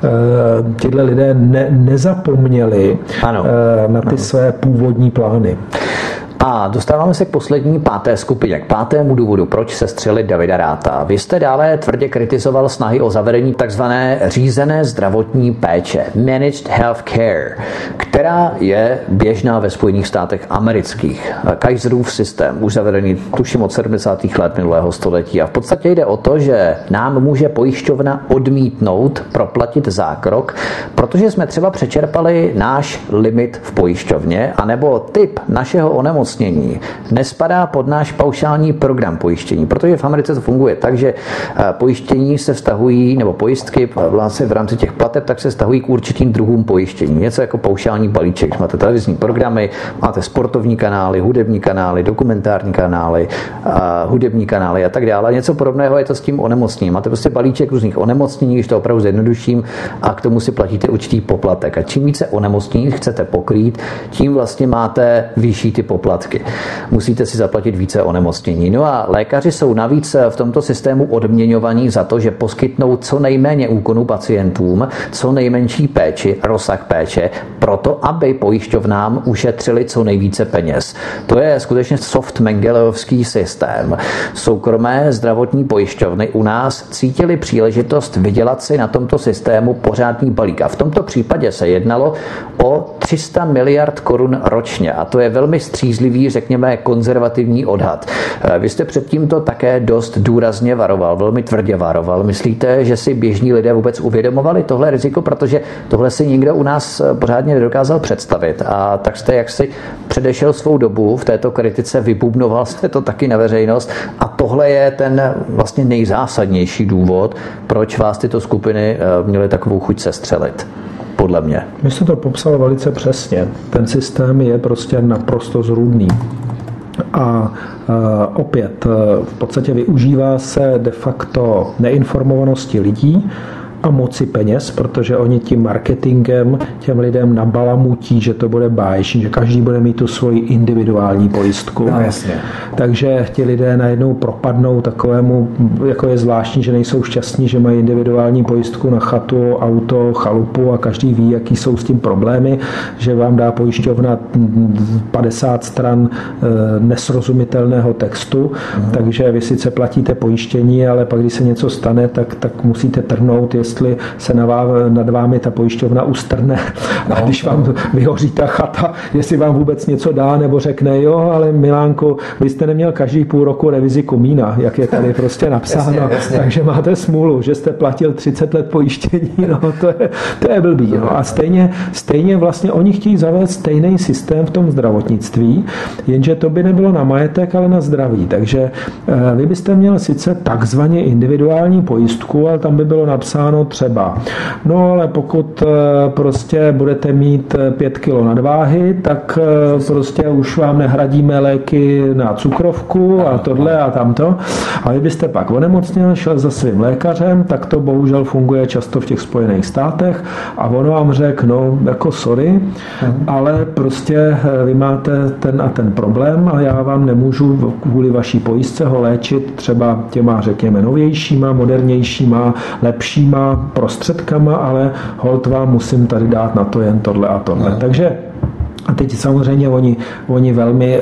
[SPEAKER 2] tyhle lidé nezapomněli na ty své původní plány.
[SPEAKER 3] A dostáváme se k poslední, páté skupině, k pátému důvodu, proč sestřelit Davida Ratha. Vy jste dále tvrdě kritizoval snahy o zavedení takzvané řízené zdravotní péče, managed health care, která je běžná ve Spojených státech amerických. Kaiserův systém, už zavedený tuším od 70. let minulého století. A v podstatě jde o to, že nám může pojišťovna odmítnout proplatit zákrok, protože jsme třeba přečerpali náš limit v pojišťovně, anebo typ našeho onemocnění nespadá pod náš paušální program pojištění, protože v Americe to funguje tak, že pojištění se vztahují, nebo pojistky vlastně v rámci těch plateb, tak se vztahují k určitým druhům pojištění. Něco jako paušální balíček. Máte televizní programy, máte sportovní kanály, hudební kanály, dokumentární kanály, hudební kanály a tak dále. Něco podobného je to s tím onemocněním. Máte prostě balíček různých onemocnění, když to opravdu zjednoduším, a k tomu si platíte určitý poplatek. A čím více onemocnění chcete pokrýt, tím vlastně máte vyšší ty poplatky. Musíte si zaplatit více onemocnění. No a lékaři jsou navíc v tomto systému odměňovaní za to, že poskytnou co nejméně úkonů pacientům, co nejmenší péči, rozsah péče, proto aby pojišťovnám ušetřili co nejvíce peněz. To je skutečně soft mengelejovský systém. Soukromé zdravotní pojišťovny u nás cítily příležitost vydělat si na tomto systému pořádný balík. A v tomto případě se jednalo o 300 miliard korun ročně. A to je velmi střízlivý, řekněme, konzervativní odhad. Vy jste předtím to také dost důrazně varoval, velmi tvrdě varoval. Myslíte, že si běžní lidé vůbec uvědomovali tohle riziko, protože tohle si nikdo u nás pořádně nedokázal představit. A tak jste jaksi předešel svou dobu v této kritice, vybubnoval jste to taky na veřejnost a tohle je ten vlastně nejzásadnější důvod, proč vás tyto skupiny měly takovou chuť sestřelit. Podle mě.
[SPEAKER 2] My jste to popsal velice přesně. Ten systém je prostě naprosto zrůdný. A opět v podstatě využívá se de facto neinformovanosti lidí a moci peněz, protože oni tím marketingem těm lidem nabalamutí, že to bude báječný, že každý bude mít tu svoji individuální pojistku.
[SPEAKER 3] No, jasně.
[SPEAKER 2] Takže ti lidé najednou propadnou takovému, jako je zvláštní, že nejsou šťastní, že mají individuální pojistku na chatu, auto, chalupu a každý ví, jaký jsou s tím problémy, že vám dá pojišťovna 50 stran nesrozumitelného textu, takže vy sice platíte pojištění, ale pak, když se něco stane, tak musíte trhnout, jestli se nad vámi ta pojišťovna ustrne a když vám vyhoří ta chata, jestli vám vůbec něco dá, nebo řekne, jo, ale Milánku, vy jste neměl každý půl roku revizi komína, jak je tady prostě napsáno, jasně. Takže máte smůlu, že jste platil 30 let pojištění, no to je blbý. No. A stejně vlastně oni chtějí zavést stejný systém v tom zdravotnictví, jenže to by nebylo na majetek, ale na zdraví. Takže vy byste měl sice takzvaně individuální pojistku, ale tam by bylo napsáno třeba, no ale pokud prostě budete mít 5 kilo nadváhy, tak prostě už vám nehradíme léky na cukrovku a tohle a tamto. A vy byste pak onemocněl, šel za svým lékařem, tak to bohužel funguje často v těch Spojených státech a on vám řekl, no jako sorry, ale prostě vy máte ten a ten problém a já vám nemůžu kvůli vaší pojistce ho léčit třeba těma, řekněme, novějšíma, modernějšíma, lepšíma mnoha prostředkama, ale holt vám musím tady dát na to jen tohle a tohle. Takže a teď samozřejmě oni velmi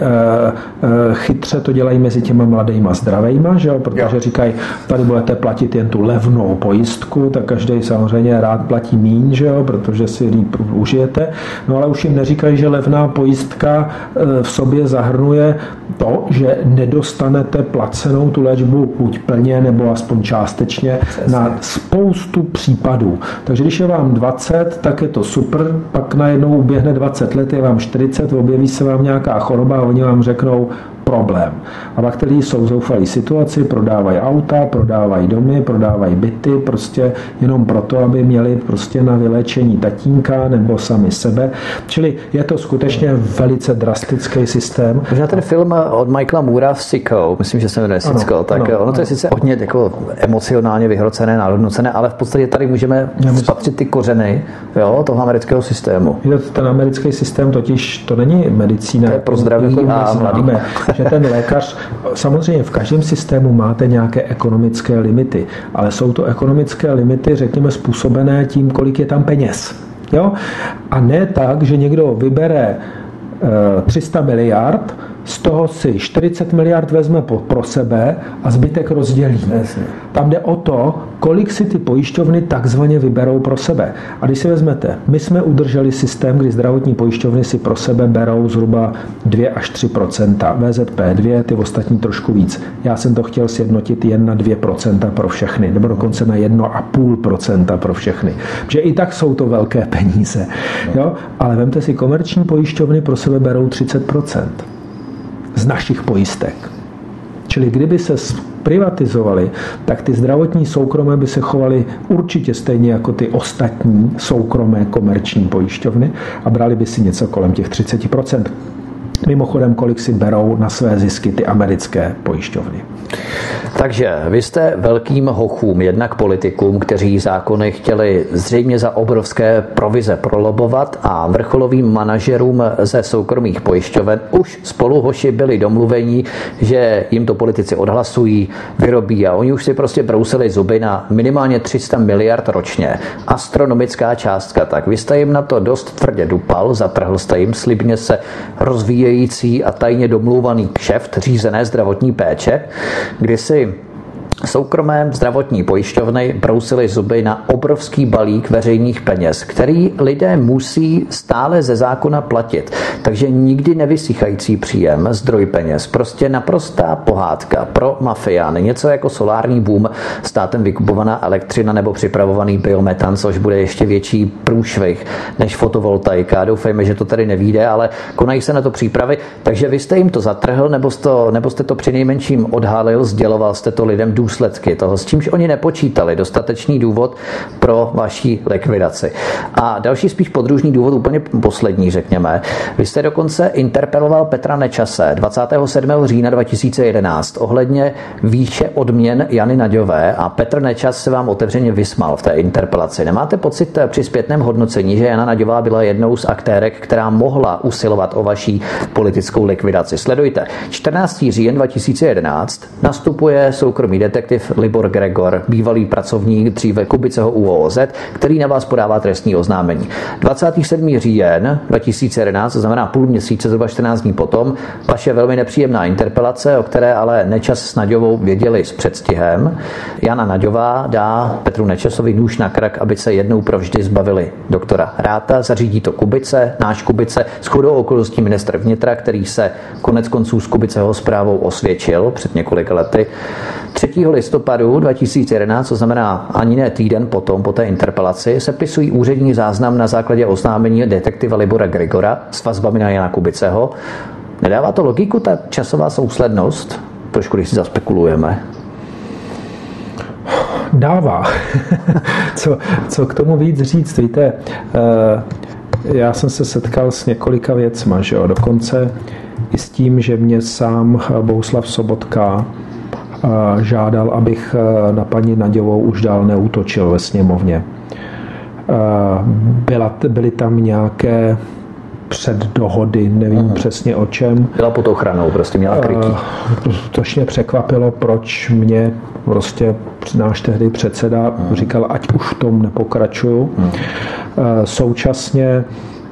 [SPEAKER 2] chytře to dělají mezi těma mladejma zdravejma, že jo? Protože říkají, tady budete platit jen tu levnou pojistku, tak každý samozřejmě rád platí míň, že jo? Protože si líp užijete. No ale už jim neříkají, že levná pojistka v sobě zahrnuje to, že nedostanete placenou tu léčbu buď plně nebo aspoň částečně na spoustu případů. Takže když je vám 20, tak je to super, pak najednou uběhne 20 let, je vám 40, objeví se vám nějaká choroba a oni vám řeknou problém. A pak lidi jsou v zoufalé situaci, prodávají auta, prodávají domy, prodávají byty, prostě jenom proto, aby měli prostě na vyléčení tatínka nebo sami sebe. Čili je to skutečně velice drastický systém.
[SPEAKER 3] Možná ten film od Michaela Moora Sicko, myslím, že se jmenuje Sicko, tak ono to je sice hodně jako emocionálně vyhrocené, národnocené, ale v podstatě tady můžeme spatřit ty kořeny, jo, toho amerického systému.
[SPEAKER 2] Ten americký systém totiž, to není medicína. To
[SPEAKER 3] je pro zdraví a mladí.
[SPEAKER 2] Že ten lékař, samozřejmě v každém systému máte nějaké ekonomické limity, ale jsou to ekonomické limity, řekněme, způsobené tím, kolik je tam peněz. Jo? A ne tak, že někdo vybere 300 miliard, z toho si 40 miliard vezme pro sebe a zbytek rozdělí. Tam jde o to, kolik si ty pojišťovny takzvaně vyberou pro sebe. A když si vezmete, my jsme udrželi systém, kdy zdravotní pojišťovny si pro sebe berou zhruba 2 až 3 %. VZP 2, ty ostatní trošku víc. Já jsem to chtěl sjednotit jen na 2 % pro všechny, nebo dokonce na 1,5 % pro všechny. Protože i tak jsou to velké peníze. Jo? Ale vemte si, komerční pojišťovny pro sebe berou 30 % z našich pojistek. Čili kdyby se privatizovali, tak ty zdravotní soukromé by se chovaly určitě stejně jako ty ostatní soukromé komerční pojišťovny a brali by si něco kolem těch 30 %. Mimochodem, kolik si berou na své zisky ty americké pojišťovny.
[SPEAKER 3] Takže vy jste velkým hochům, jednak politikům, kteří zákony chtěli zřejmě za obrovské provize prolobovat, a vrcholovým manažerům ze soukromých pojišťoven už spolu hoši byli domluvení, že jim to politici odhlasují, vyrobí, a oni už si prostě brousili zuby na minimálně 300 miliard ročně. Astronomická částka. Tak vy jste jim na to dost tvrdě dupal, zatrhl jste jim slibně se rozvíjející a tajně domluvaný kšeft řízené zdravotní péče, kdy si soukromé zdravotní pojišťovny brousily zuby na obrovský balík veřejných peněz, který lidé musí stále ze zákona platit. Takže nikdy nevysychající příjem, zdroj peněz, prostě naprostá pohádka pro mafiány. Něco jako solární boom, státem vykupovaná elektřina nebo připravovaný biometan, což bude ještě větší průšvih než fotovoltaika. Doufejme, že to tady nevyjde, ale konají se na to přípravy. Takže vy jste jim to zatrhl, nebo jste to přinejmenším odhalil, sděloval jste to lidem důsledky toho, s čímž oni nepočítali. Dostatečný důvod pro vaši likvidaci. A další spíš podružný důvod, úplně poslední, řekněme. Vy jste dokonce interpeloval Petra Nečase 27. října 2011 ohledně výše odměn Jany Naďové a Petr Nečas se vám otevřeně vysmál v té interpelaci. Nemáte pocit při zpětném hodnocení, že Jana Naďová byla jednou z aktérek, která mohla usilovat o vaší politickou likvidaci? Sledujte. 14. říjen 2011 nastupuje soukromý detektiv Libor Gregor, bývalý pracovník dříve Kubiceho ÚOOZ, který na vás podává trestní oznámení. 27. říjen 2011, to znamená půl měsíce, zhruba 14 dní potom, vaše velmi nepříjemná interpelace, o které ale Nečas s Naďovou věděli s předstihem. Jana Naďová dá Petru Nečasovi nůž na krak, aby se jednou provždy zbavili doktora Ráta. Zařídí to Kubice, náš Kubice, shodou okolností ministr vnitra, který se konec konců s Kubiceho zprávou osvědčil před několika lety. 3. listopadu 2011, to znamená ani ne týden potom, po té interpelaci, sepisují úřední záznam na základě oznámení detektiva Libora Gregora s vazbami na Jana Kubiceho. Nedává to logiku, ta časová souslednost? Trošku, když si zaspekulujeme.
[SPEAKER 2] Dává. Co k tomu víc říct? Víte, já jsem se setkal s několika věcma, že jo? Dokonce i s tím, že mě sám Bohuslav Sobotka žádal, abych na paní Naďovou už dál neútočil ve sněmovně. Byly tam nějaké předdohody, nevím přesně o čem.
[SPEAKER 3] Byla pod ochranou, prostě měla krytí.
[SPEAKER 2] Tož mě překvapilo, proč mě prostě náš tehdy předseda říkal, ať už v tom nepokračuju. Současně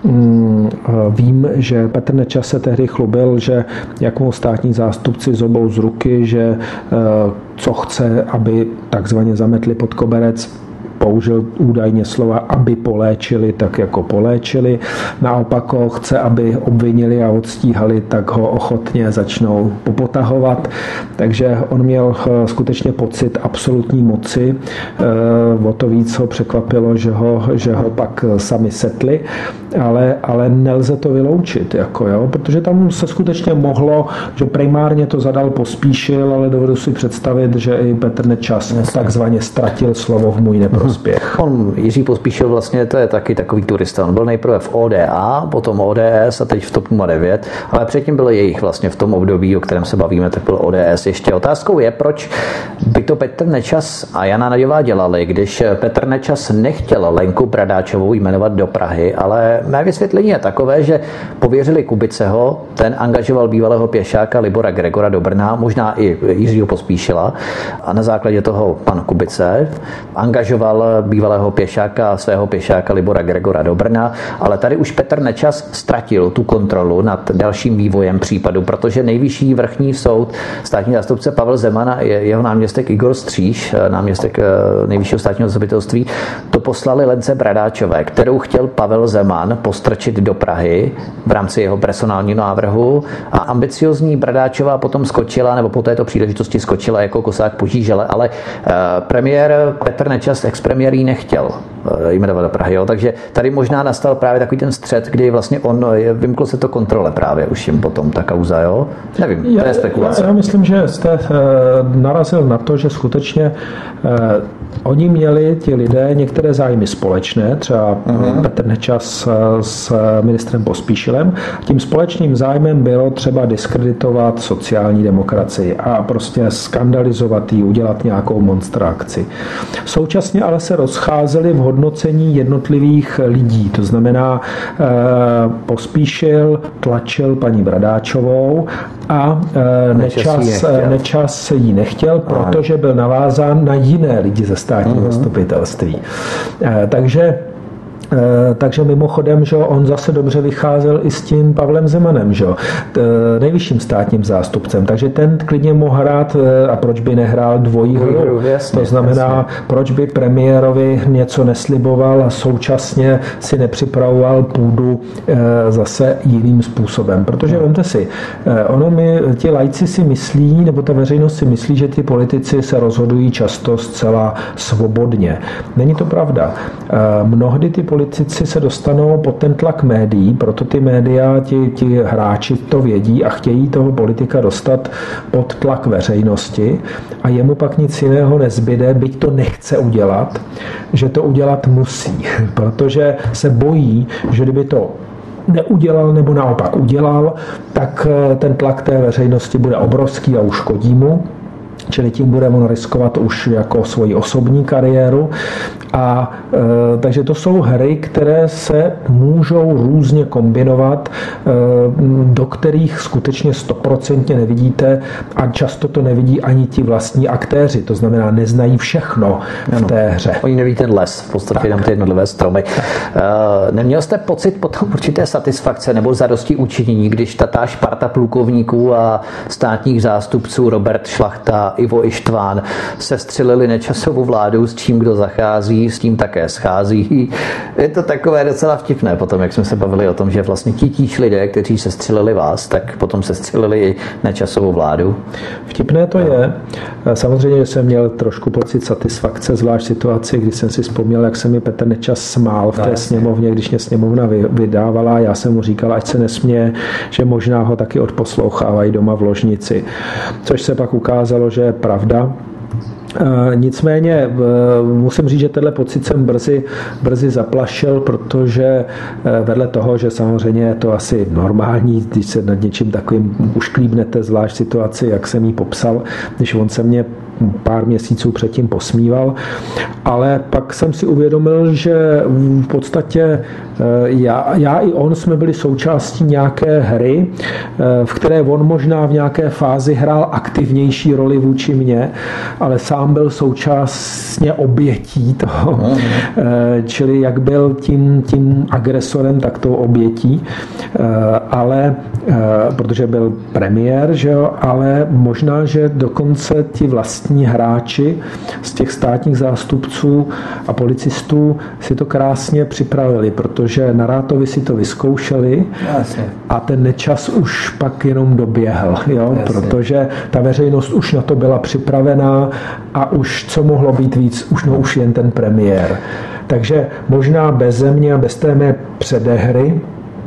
[SPEAKER 2] vím, že Petr Nečas se tehdy chlubil, že jak mu státní zástupci zobou z ruky, že co chce, aby takzvaně zametli pod koberec, použil údajně slova, aby poléčili, tak jako poléčili. Naopak ho chce, aby obvinili a odstíhali, tak ho ochotně začnou popotahovat. Takže on měl skutečně pocit absolutní moci. O to víc ho překvapilo, že ho pak sami setli, ale nelze to vyloučit, protože tam se skutečně mohlo, že primárně to zadal Pospíšil, ale dovedu si představit, že i Petr Nečas takzvaně ztratil slovo v můj neprospěch.
[SPEAKER 3] Jiří Pospíšil vlastně, to je taky takový turista. On byl nejprve v ODA, potom ODS a teď v TOP 09, ale předtím byl jejich vlastně v tom období, o kterém se bavíme, tak byl ODS. Ještě otázkou je, proč by to Petr Nečas a Jana Nagyová dělali, když Petr Nečas nechtěl Lenku Bradáčovou jmenovat do Prahy, ale mé vysvětlení je takové, že pověřili Kubiceho, ten angažoval bývalého pěšáka Libora Gregora do Brna, možná i Jiřího Pospíšila, a na základě toho pan Kubice angažoval bývalého pěšáka, svého pěšáka Libora Gregora do Brna, ale tady už Petr Nečas ztratil tu kontrolu nad dalším vývojem případu, protože nejvyšší vrchní soud, státní zástupce Pavel Zeman a jeho náměstek Igor Stříž, náměstek nejvyššího státního zastupitelství, to poslali Lence Bradáčové, kterou chtěl Pavel Zeman postrčit do Prahy v rámci jeho personálního návrhu, a ambiciozní Bradáčová potom skočila, nebo po této příležitosti skočila jako kosák po žížele, ale premiér Petr Nečas, expremiér, ji nechtěl jmenovat do Prahy. Jo? Takže tady možná nastal právě takový ten střet, kdy vlastně on vymkl se to kontrole právě už jim potom ta kauza. Jo? Nevím, to je spekulace.
[SPEAKER 2] Já myslím, že jste narazil na to, že skutečně oni měli, ti lidé, některé zájmy společné, třeba Petr Nečas s ministrem Pospíšilem. Tím společným zájmem bylo třeba diskreditovat sociální demokracii a prostě skandalizovat ji, udělat nějakou monstrakci. Současně ale se rozcházeli v hodnocení jednotlivých lidí. To znamená, Pospíšil tlačil paní Bradáčovou a Nečas ji nechtěl, protože byl navázán na jiné lidi ze státního zastupitelství. Takže mimochodem, že on zase dobře vycházel i s tím Pavlem Zemanem, že nejvyšším státním zástupcem. Takže ten klidně mohl hrát, a proč by nehrál dvojí hru. To znamená, proč by premiérovi něco nesliboval a současně si nepřipravoval půdu zase jiným způsobem. Protože vemte si, ti laici si myslí, nebo ta veřejnost si myslí, že ti politici se rozhodují často zcela svobodně. Není to pravda. Mnohdy ty politici se dostanou pod ten tlak médií, proto ty média, ti hráči to vědí a chtějí toho politika dostat pod tlak veřejnosti a jemu pak nic jiného nezbyde, byť to nechce udělat, že to udělat musí, protože se bojí, že kdyby to neudělal nebo naopak udělal, tak ten tlak té veřejnosti bude obrovský a uškodí mu. Čili tím bude on riskovat už jako svoji osobní kariéru. Takže to jsou hry, které se můžou různě kombinovat, do kterých skutečně 100% nevidíte a často to nevidí ani ti vlastní aktéři. To znamená, neznají všechno v té hře.
[SPEAKER 3] Oni neví ten les, v podstatě tam ty jednotlivé stromy. Neměl jste pocit potom určité satisfakce nebo zadosti učinění, když ta šparta plukovníků a státních zástupců Robert Šlachta, Ivo Ištván sestřelili Nečasovu vládu, s čím kdo zachází, s tím také schází. Je to takové docela vtipné potom, jak jsme se bavili o tom, že vlastně tíž lidé, kteří sestřelili vás, tak potom sestřelili i Nečasovu vládu.
[SPEAKER 2] Vtipné to je. Samozřejmě, že jsem měl trošku pocit satisfakce, zvlášť situaci, kdy jsem si vzpomněl, jak se mi Petr Nečas smál v té sněmovně, když mě sněmovna vydávala. Já jsem mu říkal, ať se nesměje, že možná ho taky odposlouchávají doma v ložnici. Což se pak ukázalo, že je pravda. Nicméně musím říct, že tenhle pocit jsem brzy zaplašil, protože vedle toho, že samozřejmě je to asi normální, když se nad něčím takovým ušklíbnete, zvlášť situaci, jak jsem ji popsal, když on se mě pár měsíců předtím posmíval, ale pak jsem si uvědomil, že v podstatě já i on jsme byli součástí nějaké hry, v které on možná v nějaké fázi hrál aktivnější roli vůči mně, ale sám byl současně obětí toho. Čili jak byl tím agresorem, tak tou obětí, ale protože byl premiér, že jo, ale možná, že dokonce ti vlastní hráči z těch státních zástupců a policistů si to krásně připravili, protože na Rátovi si to vyzkoušeli a ten Nečas už pak jenom doběhl, jo, protože ta veřejnost už na to byla připravená a už co mohlo být víc, už jen ten premiér. Takže možná beze mě a bez té mé předehry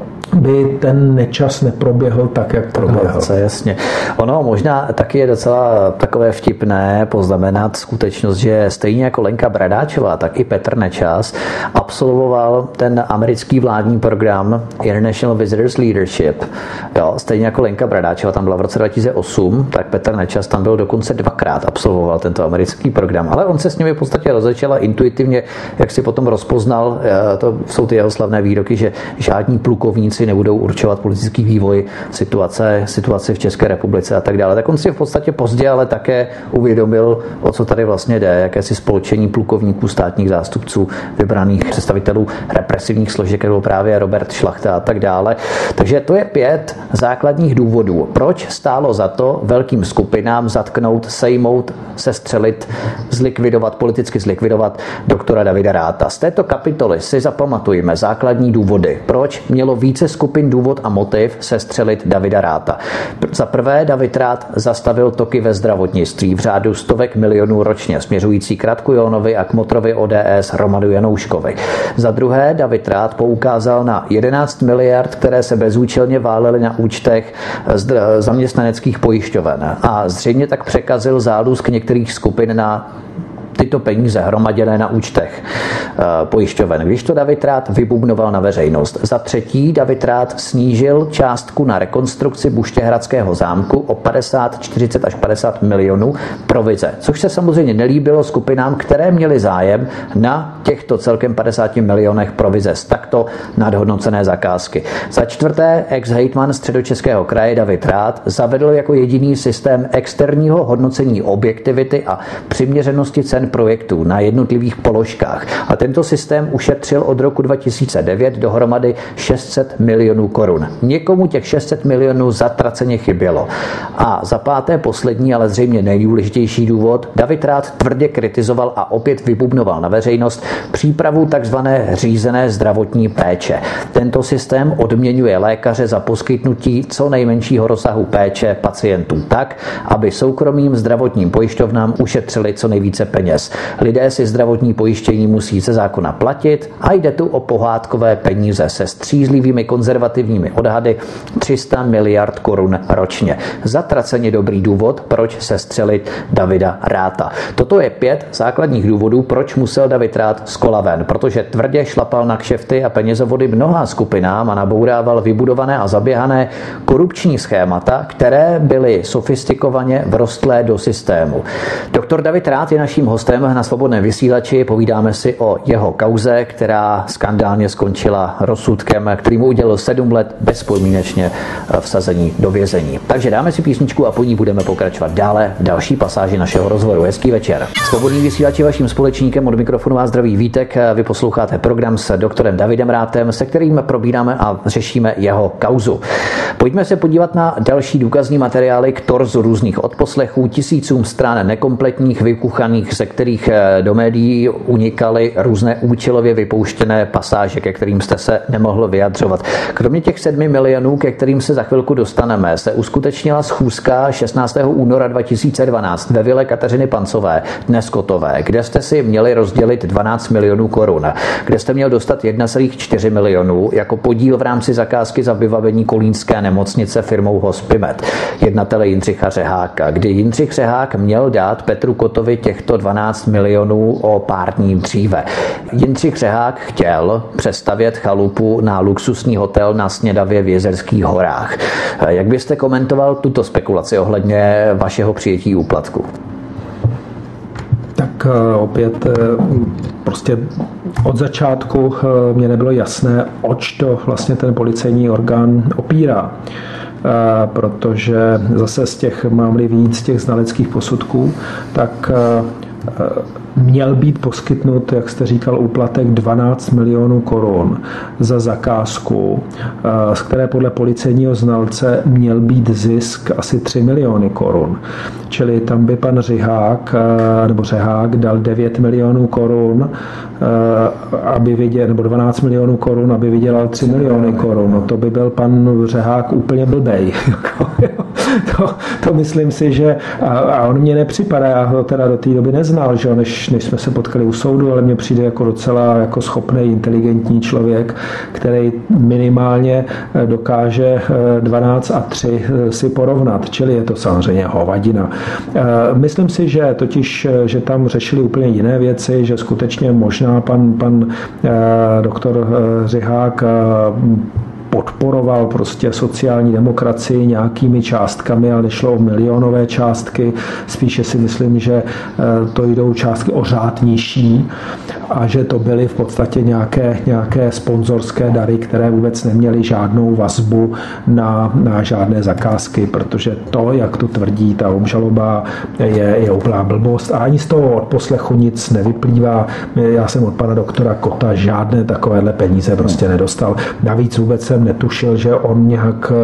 [SPEAKER 2] by ten Nečas neproběhl tak, jak proběhl.
[SPEAKER 3] Jasně. Ono možná taky je docela takové vtipné poznamenat skutečnost, že stejně jako Lenka Bradáčová, tak i Petr Nečas absolvoval ten americký vládní program International Visitors Leadership. Jo, stejně jako Lenka Bradáčová tam byla v roce 2008, tak Petr Nečas tam byl dokonce 2krát absolvoval tento americký program. Ale on se s nimi v podstatě rozečel a intuitivně, jak si potom rozpoznal, to jsou ty jeho slavné výroky, že žádní plukovníci nebudou určovat politický vývoj situace v České republice a tak dále. Tak on si v podstatě pozdě ale také uvědomil, o co tady vlastně jde, jakési spolčení plukovníků, státních zástupců, vybraných představitelů represivních složek, jako právě Robert Šlachta a tak dále. Takže to je 5 základních důvodů, proč stálo za to velkým skupinám zatknout, sejmout, sestřelit, politicky zlikvidovat doktora Davida Ratha. Z této kapitoly si zapamatujeme základní důvody, proč mělo více skupin důvod a motiv sestřelit Davida Ratha. Za prvé, David Rath zastavil toky ve zdravotnictví v řádu stovek milionů ročně, směřující k Radku Johnovi a kmotrovi ODS Romanu Janouškovi. Za druhé, David Rath poukázal na 11 miliard, které se bezúčelně válely na účtech zaměstnaneckých pojišťoven a zřejmě tak překazil zálusk některých skupin na tyto peníze hromaděné na účtech pojišťoven, když to David Rath vybubnoval na veřejnost. Za třetí, David Rath snížil částku na rekonstrukci Buštěhradského zámku o 50, 40 až 50 milionů provize, což se samozřejmě nelíbilo skupinám, které měly zájem na těchto celkem 50 milionech provize z takto nadhodnocené zakázky. Za čtvrté, ex-hejtman Středočeského kraje David Rath zavedl jako jediný systém externího hodnocení objektivity a přiměřenosti cen projektů na jednotlivých položkách. A tento systém ušetřil od roku 2009 dohromady 600 milionů korun. Někomu těch 600 milionů zatraceně chybělo. A za páté, poslední, ale zřejmě nejdůležitější důvod, David Rath tvrdě kritizoval a opět vybubnoval na veřejnost přípravu takzvané řízené zdravotní péče. Tento systém odměňuje lékaře za poskytnutí co nejmenšího rozsahu péče pacientů tak, aby soukromým zdravotním pojišťovnám ušetřili co nejvíce peněz. Lidé si zdravotní pojištění musí ze zákona platit a jde tu o pohádkové peníze se střízlivými konzervativními odhady 300 miliard korun ročně. Zatraceně dobrý důvod, proč sestřelit Davida Ratha. Toto je 5 základních důvodů, proč musel David Rath z kola ven, protože tvrdě šlapal na kšefty a penězovody mnoha skupinám a nabourával vybudované a zaběhané korupční schémata, které byly sofistikovaně vrostlé do systému. Doktor David Rath je naším hostem na Svobodném vysílači. Povídáme si o jeho kauze, která skandálně skončila rozsudkem, který mu udělil 7 let bezpodmínečně vsazení do vězení. Takže dáme si písničku a po ní budeme pokračovat dále v další pasáži našeho rozhovoru. Hezký večer. Svobodný vysílač je vaším společníkem, od mikrofonu vás zdraví Vítek. Vy posloucháte program s doktorem Davidem Rathem, se kterým probíráme a řešíme jeho kauzu. Pojďme se podívat na další důkazní materiály k torzu různých odposlechů, tisícům stran nekompletních, vykuchaných, ze kterých do médií unikaly různé účelově vypouštěné pasáže, ke kterým jste se nemohl vyjadřovat. Kromě těch 7 milionů, ke kterým se za chvilku dostaneme, se uskutečnila schůzka 16. února 2012 ve vile Kateřiny Pancové, dnes Kotové, kde jste si měli rozdělit 12 milionů korun, kde jste měl dostat 1,4 milionů jako podíl v rámci zakázky za vybavení kolínské nemocnice firmou Hospimed, jednatele Jindřicha Řeháka, kdy Jindřich Řehák měl dát Petru Kotovi těchto 12 milionů o pár dní dříve. Jindřich Řehák chtěl přestavět chalupu na luxusní hotel na Snědavě v Jezerských horách. Jak byste komentoval tuto spekulaci ohledně vašeho přijetí úplatku?
[SPEAKER 2] Tak opět prostě od začátku mě nebylo jasné, oč to vlastně ten policejní orgán opírá. Protože zase mám-li víc těch znaleckých posudků, tak měl být poskytnut, jak jste říkal, úplatek 12 milionů korun za zakázku, z které podle policejního znalce měl být zisk asi 3 miliony korun. Čili tam by pan Řehák dal 9 milionů korun, aby viděl, nebo 12 milionů korun, aby vydělal 3 miliony korun. No to by byl pan Řehák úplně blbej. To myslím si, že a on mě nepřipadá, já ho teda do té doby neznal, že než jsme se potkali u soudu, ale mně přijde jako docela jako schopný, inteligentní člověk, který minimálně dokáže 12 a 3 si porovnat, čili je to samozřejmě hovadina. Myslím si, že tam řešili úplně jiné věci, že skutečně možná pan doktor Řehák podporoval prostě sociální demokracii nějakými částkami, ale nešlo o milionové částky. Spíše si myslím, že to jdou částky o řád nižší a že to byly v podstatě nějaké sponzorské dary, které vůbec neměly žádnou vazbu na žádné zakázky, protože to, jak to tvrdí ta obžaloba, je úplná blbost a ani z toho odposlechu nic nevyplývá. Já jsem od pana doktora Kota žádné takovéhle peníze prostě nedostal. Navíc vůbec jsem netušil, že on nějak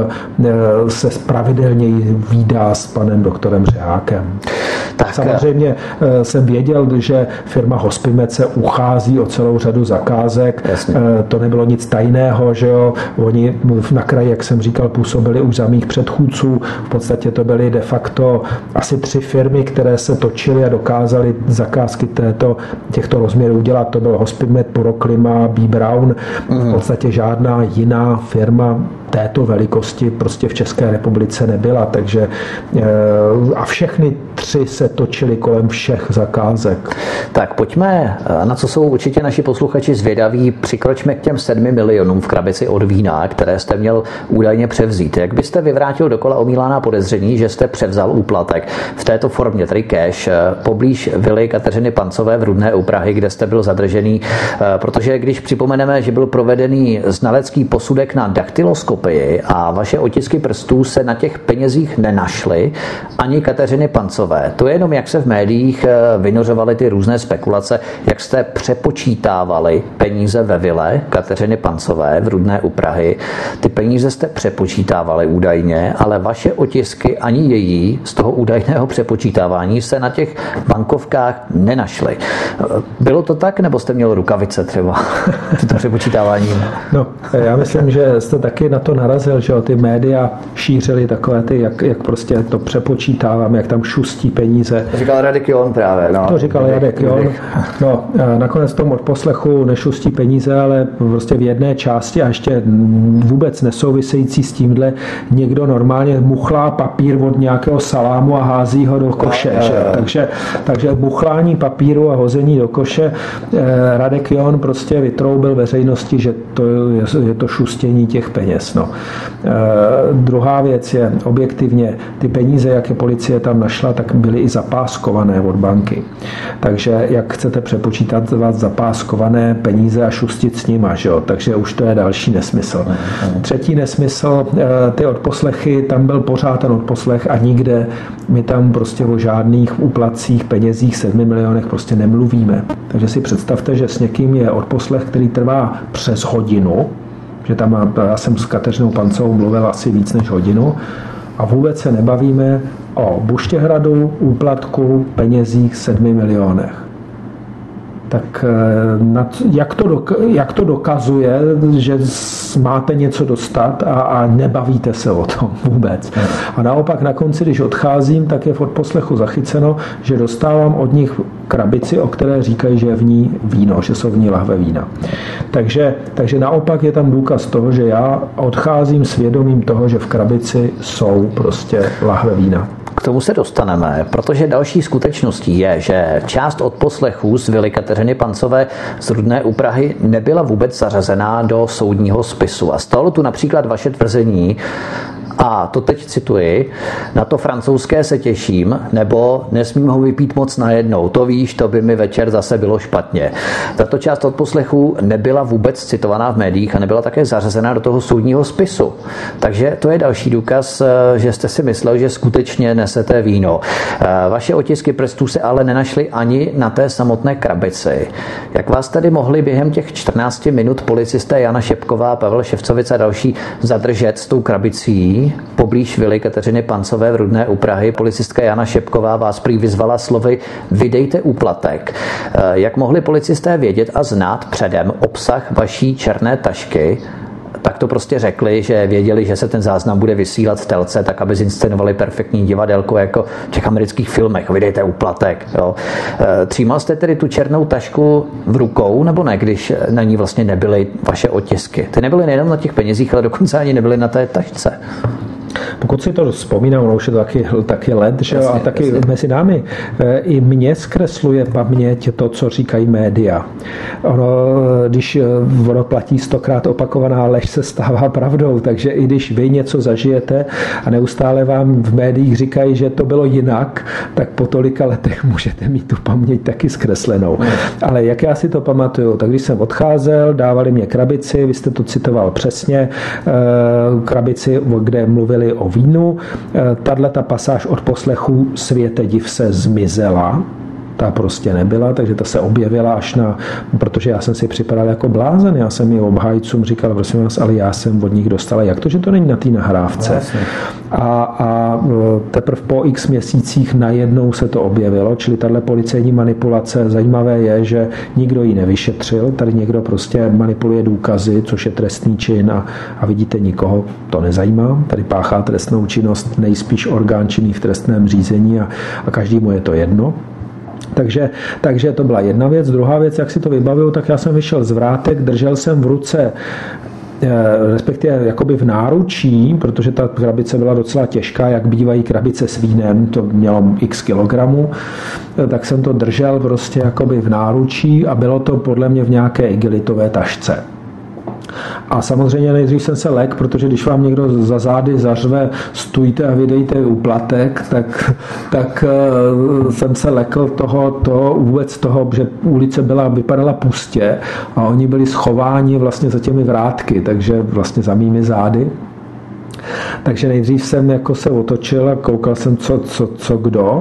[SPEAKER 2] se pravidelněji vídá s panem doktorem Řehákem. Tak samozřejmě jsem věděl, že firma Hospimece uchází o celou řadu zakázek. Jasně. To nebylo nic tajného, že jo. Oni na kraji, jak jsem říkal, působili už za mých předchůdců. V podstatě to byly de facto asi 3 firmy, které se točily a dokázaly zakázky těchto rozměrů udělat. To byl Hospimet, Poroklima, B. Brown. V podstatě žádná jiná firma této velikosti prostě v České republice nebyla, takže a všechny 3 se točily kolem všech zakázek.
[SPEAKER 3] Tak pojďme, na co jsou určitě naši posluchači zvědaví, přikročme k těm 7 milionům v krabici od vína, které jste měl údajně převzít. Jak byste vyvrátil dokola omílaná podezření, že jste převzal úplatek v této formě, tedy cash, poblíž vily Kateřiny Pancové v Rudné u Prahy, kde jste byl zadržený, protože když připomeneme, že byl provedený znalecký posudek na daktyloskopii a vaše otisky prstů se na těch penězích nenašly, ani Kateřiny Pancové. To je jenom, jak se v médiích vynořovaly ty různé spekulace, jak jste přepočítávali peníze ve vile Kateřiny Pancové v Rudné u Prahy. Ty peníze jste přepočítávali údajně, ale vaše otisky ani její z toho údajného přepočítávání se na těch bankovkách nenašly. Bylo to tak, nebo jste měl rukavice třeba to přepočítávání?
[SPEAKER 2] No, já myslím, že jste taky na to narazil, že ty média šířily takové ty, jak prostě to přepočítáváme, jak tam šustí peníze.
[SPEAKER 3] To říkal Radek Jon právě. No.
[SPEAKER 2] To říkal Radek Jon. No, nakonec tomu odposlechu nešustí peníze, ale prostě v jedné části a ještě vůbec nesouvisející s tímhle někdo normálně muchlá papír od nějakého salámu a hází ho do koše. Takže muchlání papíru a hození do koše Radek Jon prostě vytroubil veřejnosti, že to je to šustění těch peněz. No. Druhá věc je objektivně, ty peníze, jak je policie tam našla, tak byly i zapáskované od banky. Takže jak chcete přepočítat zapáskované peníze a šustit s nima, že jo? Takže už to je další nesmysl. Třetí nesmysl, ty odposlechy, tam byl pořád ten odposlech a nikde my tam prostě o žádných úplatcích, penězích, 7 milionech prostě nemluvíme. Takže si představte, že s někým je odposlech, který trvá přes hodinu, že tam já jsem s Kateřinou Pancovou mluvil asi víc než hodinu a vůbec se nebavíme o Buštěhradu, úplatku, penězích, 7 milionech. Tak jak to dokazuje, že máte něco dostat a nebavíte se o tom vůbec. A naopak na konci, když odcházím, tak je v odposlechu zachyceno, že dostávám od nich krabici, o které říkají, že je v ní víno, že jsou v ní lahve vína. Takže naopak je tam důkaz toho, že já odcházím s vědomím toho, že v krabici jsou prostě lahve vína.
[SPEAKER 3] K tomu se dostaneme, protože další skutečností je, že část odposlechů z vily Kateřiny Pancové z Rudné u Prahy nebyla vůbec zařazená do soudního spisu. A stalo tu například vaše tvrzení, A to teď cituji, na to francouzské se těším, nebo nesmím ho vypít moc najednou. To víš, to by mi večer zase bylo špatně. Tato část odposlechu nebyla vůbec citovaná v médiích a nebyla také zařazena do toho soudního spisu. Takže to je další důkaz, že jste si myslel, že skutečně nesete víno. Vaše otisky prstů se ale nenašly ani na té samotné krabici. Jak vás tedy mohli během těch 14 minut policisté Jana Šepková, Pavel Ševcovic a další zadržet s tou krabicí poblíž vily Kateřiny Pancové v Rudné u Prahy? Policistka Jana Šepková vás prý vyzvala slovy vydejte úplatek. Jak mohli policisté vědět a znát předem obsah vaší černé tašky? Tak to prostě řekli, že věděli, že se ten záznam bude vysílat v telce, tak aby zinscenovali perfektní divadelko jako v těch amerických filmech. Vydejte úplatek. Jo. Třímal jste tedy tu černou tašku v rukou, nebo ne, když na ní vlastně nebyly vaše otisky? Ty nebyly nejenom na těch penězích, ale dokonce ani nebyly na té tašce.
[SPEAKER 2] Pokud si to vzpomínám, ono už je to taky let, že jasně, a taky jasně. Mezi námi. I mě zkresluje paměť to, co říkají média. Když ono platí 100krát opakovaná lež se stává pravdou, takže i když vy něco zažijete a neustále vám v médiích říkají, že to bylo jinak, tak po tolika letech můžete mít tu paměť taky zkreslenou. Ale jak já si to pamatuju, tak když jsem odcházel, dávali mě krabici, vy jste to citoval přesně, krabici, kde mluvili o vínu. Tato pasáž od poslechu Světe div se zmizela. Ta prostě nebyla, takže ta se objevila až protože já jsem si připadal jako blázen, já jsem i obhájcům říkal, prosím vás, ale já jsem od nich dostala, jak to, že to není na té nahrávce. A teprve po x měsících najednou se to objevilo, čili tahle policejní manipulace, zajímavé je, že nikdo ji nevyšetřil, tady někdo prostě manipuluje důkazy, což je trestný čin a vidíte, nikoho to nezajímá, tady páchá trestnou činnost nejspíš orgán činný v trestném řízení a každému je to jedno. Takže to byla jedna věc. Druhá věc, jak si to vybavuju, tak já jsem vyšel z vrátek, držel jsem v ruce respektive jakoby v náručí, protože ta krabice byla docela těžká, jak bývají krabice s vínem, to mělo x kilogramů, tak jsem to držel prostě jakoby v náručí a bylo to podle mě v nějaké igelitové tašce. A samozřejmě nejdřív jsem se lekl, protože když vám někdo za zády zařve stůjte a vydejte úplatek, tak jsem se lekl toho, že ulice vypadala pustě a oni byli schováni vlastně za těmi vrátky, takže vlastně za mými zády. Takže nejdřív jsem jako se otočil a koukal jsem, co kdo.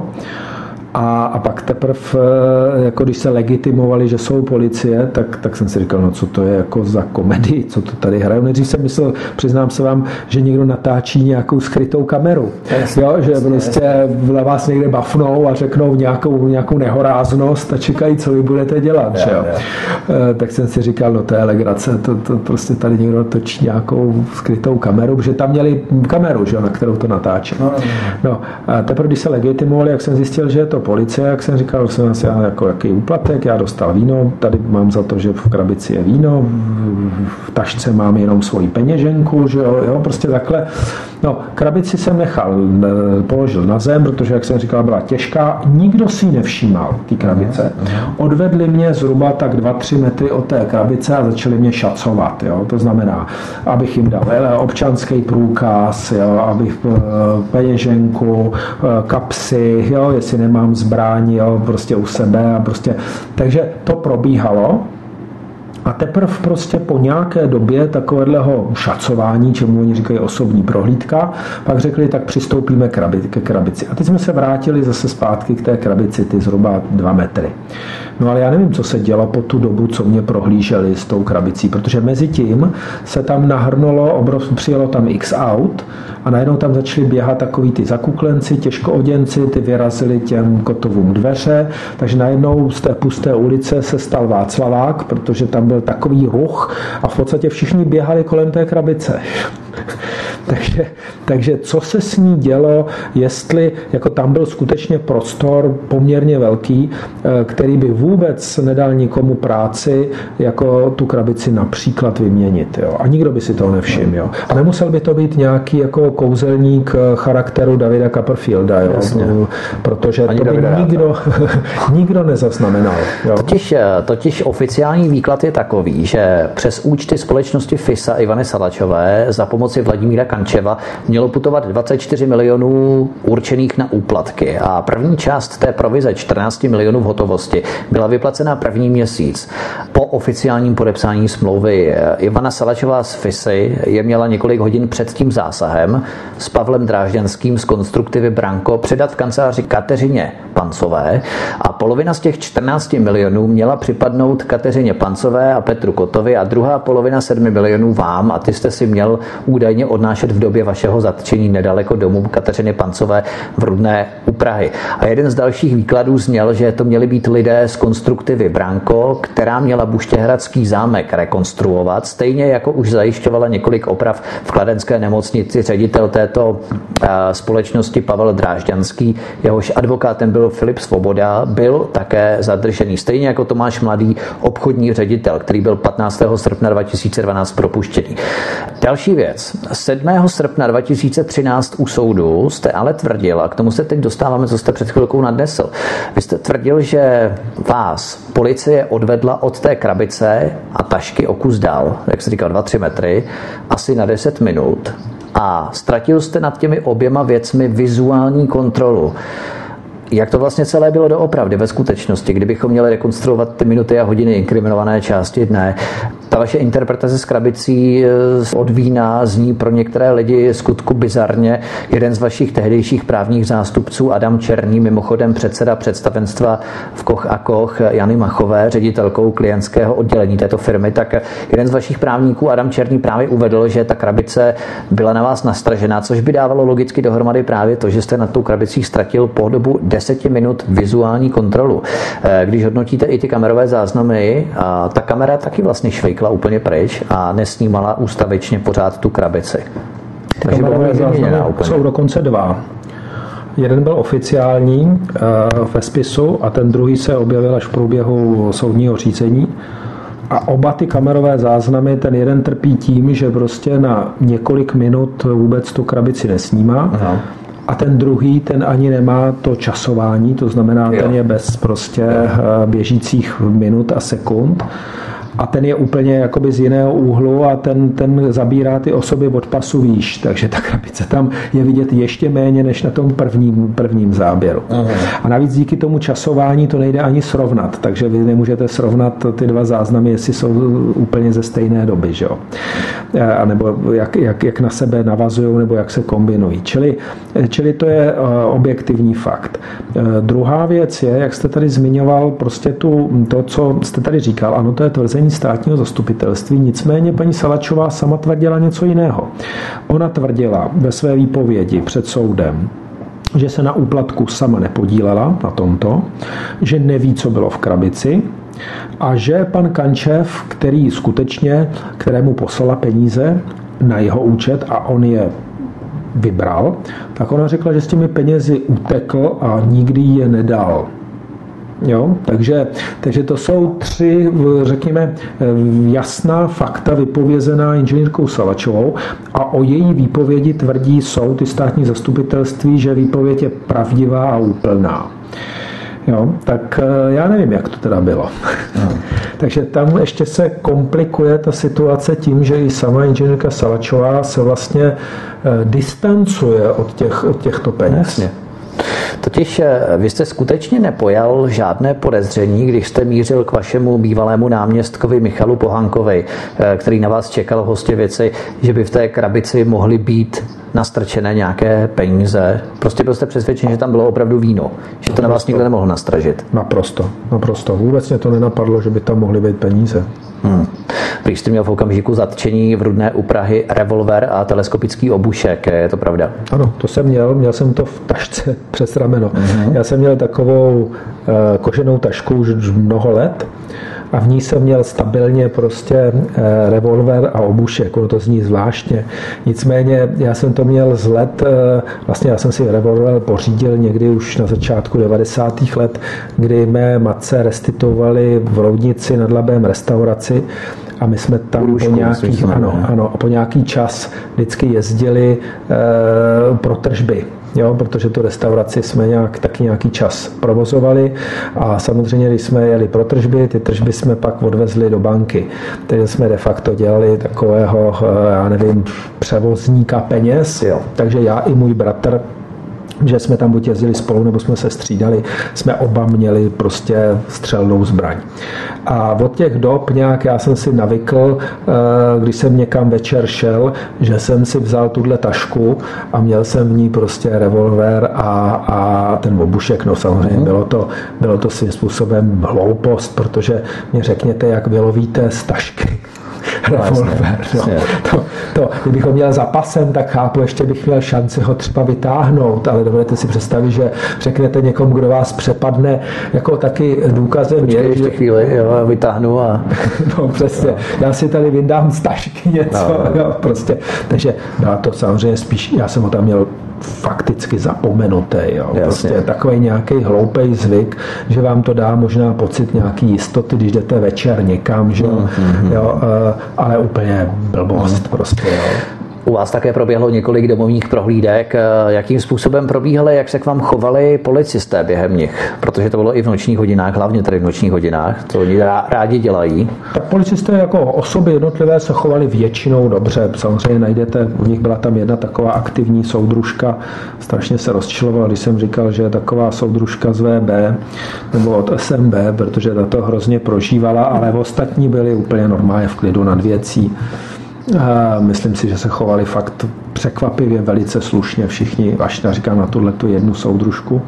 [SPEAKER 2] A pak teprve, jako když se legitimovali, že jsou policie, tak jsem si říkal, no co to je jako za komedii, co to tady hrajou. Nejdřív jsem myslel, přiznám se vám, že někdo natáčí nějakou skrytou kameru. Jo, že prostě na vás někde bafnou a řeknou nějakou nehoráznost a čekají, co vy budete dělat. Že jo? Tak jsem si říkal, no to je legrace, to prostě tady někdo točí nějakou skrytou kameru, protože tam měli kameru, že jo, na kterou to natáčí. No, a teprve, když se legitimovali, jak jsem zjistil, že je to policie, jak jsem říkal, jsem asi jako jaký úplatek, já dostal víno, tady mám za to, že v krabici je víno, v tašce mám jenom svoji peněženku, že jo, prostě takhle. No, krabici jsem položil na zem, protože, jak jsem říkal, byla těžká, nikdo si ji nevšímal, ty krabice. Odvedli mě zhruba tak 2-3 metry od té krabice a začali mě šacovat, jo, to znamená, abych jim dal občanský průkaz, jo, abych peněženku, kapsy, jo, jestli nemám zbraň, jo, prostě u sebe a prostě, takže to probíhalo. A teprve prostě po nějaké době takového šacování, čemu oni říkají osobní prohlídka, pak řekli, tak přistoupíme ke krabici. A teď jsme se vrátili zase zpátky k té krabici, ty zhruba 2 metry. No ale já nevím, co se dělo po tu dobu, co mě prohlíželi s tou krabicí, protože mezi tím se tam nahrnulo, přijelo tam x aut a najednou tam začali běhat takový ty zakuklenci, těžkooděnci, ty vyrazili těm kotovům dveře, takže najednou z té pusté ulice se stal Václavák, protože tam byl takový ruch a v podstatě všichni běhali kolem té krabice. Takže co se s ní dělo, jestli jako tam byl skutečně prostor poměrně velký, který by vůbec nedal nikomu práci, jako tu krabici například vyměnit. Jo? A nikdo by si toho nevšiml. Jo? A nemusel by to být nějaký jako kouzelník charakteru Davida Copperfielda, jo? Protože to by nikdo nezaznamenal. Jo?
[SPEAKER 3] Totiž oficiální výklad je takový, takový, že přes účty společnosti FISA Ivany Salačové za pomoci Vladimíra Kančeva mělo putovat 24 milionů určených na úplatky a první část té provize 14 milionů v hotovosti byla vyplacena první měsíc. Po oficiálním podepsání smlouvy Ivana Salačová z FISy je měla několik hodin před tím zásahem s Pavlem Drážďanským z Konstruktivy Branko předat v kanceláři Kateřině Pancové a polovina z těch 14 milionů měla připadnout Kateřině Pancové a Petru Kotovi a druhá polovina 7 milionů vám a ty jste si měl údajně odnášet v době vašeho zatčení nedaleko domu Kateřiny Pancové v Rudné u Prahy. A jeden z dalších výkladů zněl, že to měli být lidé z Konstruktivy Branko, která měla Buštěhradský zámek rekonstruovat, stejně jako už zajišťovala několik oprav v kladenské nemocnici ředitel této společnosti Pavel Drážďanský, jehož advokátem byl Filip Svoboda, byl také zadržený. Stejně jako Tomáš Mladý, obchodní ředitel, který byl 15. srpna 2012 propuštěný. Další věc. 7. srpna 2013 u soudu jste ale tvrdil, a k tomu se teď dostáváme, co jste před chvilkou nadnesl. Vy jste tvrdil, že vás policie odvedla od té krabice a tašky o kus dál, jak se říkal, 2-3 metry, asi na 10 minut a ztratil jste nad těmi oběma věcmi vizuální kontrolu. Jak to vlastně celé bylo doopravdy ve skutečnosti, kdybychom měli rekonstruovat ty minuty a hodiny inkriminované části dne? Ta vaše interpretace s krabicí od vína zní pro některé lidi skutku bizarně. Jeden z vašich tehdejších právních zástupců, Adam Černý, mimochodem předseda představenstva v Koch a Koch Jany Machové, ředitelkou klientského oddělení této firmy, tak jeden z vašich právníků, Adam Černý, právě uvedl, že ta krabice byla na vás nastražená, což by dávalo logicky dohromady právě to, že jste nad tou krabicí ztratil po dobu 10 minut vizuální kontrolu. Když hodnotíte i ty kamerové záznamy, ta kamera taky vlastně švejkla úplně pryč a nesnímala ústavičně pořád tu krabici.
[SPEAKER 2] Takže kamerové záznamy jsou dokonce dva. Jeden byl oficiální ve spisu a ten druhý se objevil až v průběhu soudního řízení. A oba ty kamerové záznamy, ten jeden trpí tím, že prostě na několik minut vůbec tu krabici nesnímá. Aha. A ten druhý, ten ani nemá to časování, to znamená, ten je bez prostě běžících minut a sekund. A ten je úplně jakoby z jiného úhlu a ten zabírá ty osoby od pasu výš, takže ta krabice tam je vidět ještě méně než na tom prvním záběru. Aha. A navíc díky tomu časování to nejde ani srovnat, takže vy nemůžete srovnat ty dva záznamy, jestli jsou úplně ze stejné doby, že jo? A nebo jak na sebe navazují, nebo jak se kombinují. Čili to je objektivní fakt. Druhá věc je, jak jste tady zmiňoval, prostě to, co jste tady říkal, ano, to je tvrzení státního zastupitelství, nicméně paní Salačová sama tvrdila něco jiného. Ona tvrdila ve své výpovědi před soudem, že se na úplatku sama nepodílela na tomto, že neví, co bylo v krabici a že pan Kančev, kterému poslala peníze na jeho účet a on je vybral, tak ona řekla, že s těmi penězi utekl a nikdy je nedal. Jo? Takže to jsou tři, řekněme, jasná fakta vypovězená inženýrkou Salačovou a o její výpovědi tvrdí soud i státní zastupitelství, že výpověď je pravdivá a úplná. Jo? Tak já nevím, jak to teda bylo. Takže tam ještě se komplikuje ta situace tím, že i sama inženýrka Salačová se vlastně distancuje od těchto peněz.
[SPEAKER 3] Jasně. Totiž vy jste skutečně nepojal žádné podezření, když jste mířil k vašemu bývalému náměstkovi Michalu Pohankovi, který na vás čekal v Hostěvici, že by v té krabici mohly být nastrčené nějaké peníze. Prostě byl jste přesvědčen, že tam bylo opravdu víno, že to na vás nikdo nemohl nastražit.
[SPEAKER 2] Naprosto. Vůbec mě to nenapadlo, že by tam mohly být peníze.
[SPEAKER 3] Když jste měl v okamžiku zatčení v Rudné u Prahy revolver a teleskopický obušek, je to pravda?
[SPEAKER 2] Ano, to jsem měl jsem to v tašce přes rameno. Já jsem měl takovou koženou tašku už mnoho let a v ní jsem měl stabilně prostě revolver a obušek. Ono to zní zvláštně. Nicméně já jsem to měl z let, vlastně já jsem si revolver pořídil někdy už na začátku 90. let, kdy mé matce restituovali v Roudnici nad Labem restauraci a my jsme tam po nějaký čas vždycky jezdili pro tržby. Jo, protože tu restauraci jsme taky nějaký čas provozovali a samozřejmě, když jsme jeli pro tržby, ty tržby jsme pak odvezli do banky. Takže jsme de facto dělali takového, já nevím, převozníka peněz. Jo. Takže já i můj bratr, že jsme tam buď jezdili spolu, nebo jsme se střídali, jsme oba měli prostě střelnou zbraň. A od těch dob nějak já jsem si navykl, když jsem někam večer šel, že jsem si vzal tuhle tašku a měl jsem v ní prostě revolver a ten obušek. No samozřejmě bylo to svým způsobem hloupost, protože mě řekněte, jak vylovíte z tašky revolver. No. Kdybych ho měl za pasem, tak chápu, ještě bych měl šanci ho třeba vytáhnout, ale dovedete si představit, že řeknete někomu, kdo vás přepadne, jako taky důkazem je,
[SPEAKER 3] že chvíli, jo, vytáhnu a...
[SPEAKER 2] No přesně, já si tady vyndám z tašky něco, jo, prostě. Takže to samozřejmě spíš, já jsem ho tam měl fakticky zapomenutý. Jo. Prostě takový nějaký hloupej zvyk, že vám to dá možná pocit nějaký jistoty, když jdete večer někam, že? Jo, ale úplně blbost prostě. Jo.
[SPEAKER 3] U vás také proběhlo několik domovních prohlídek. Jakým způsobem probíhaly, jak se k vám chovali policisté během nich? Protože to bylo i v nočních hodinách, hlavně tady v nočních hodinách. To oni rádi dělají.
[SPEAKER 2] Tak policisté jako osoby jednotlivé se chovali většinou dobře. Samozřejmě najdete, u nich byla tam jedna taková aktivní soudružka. Strašně se rozčilovala, když jsem říkal, že je taková soudružka z VB nebo od SMB, protože ta to hrozně prožívala, ale ostatní byli úplně normálně v klidu nad věcí. Myslím si, že se chovali fakt překvapivě velice slušně všichni, až říkám na tuhletu jednu soudružku.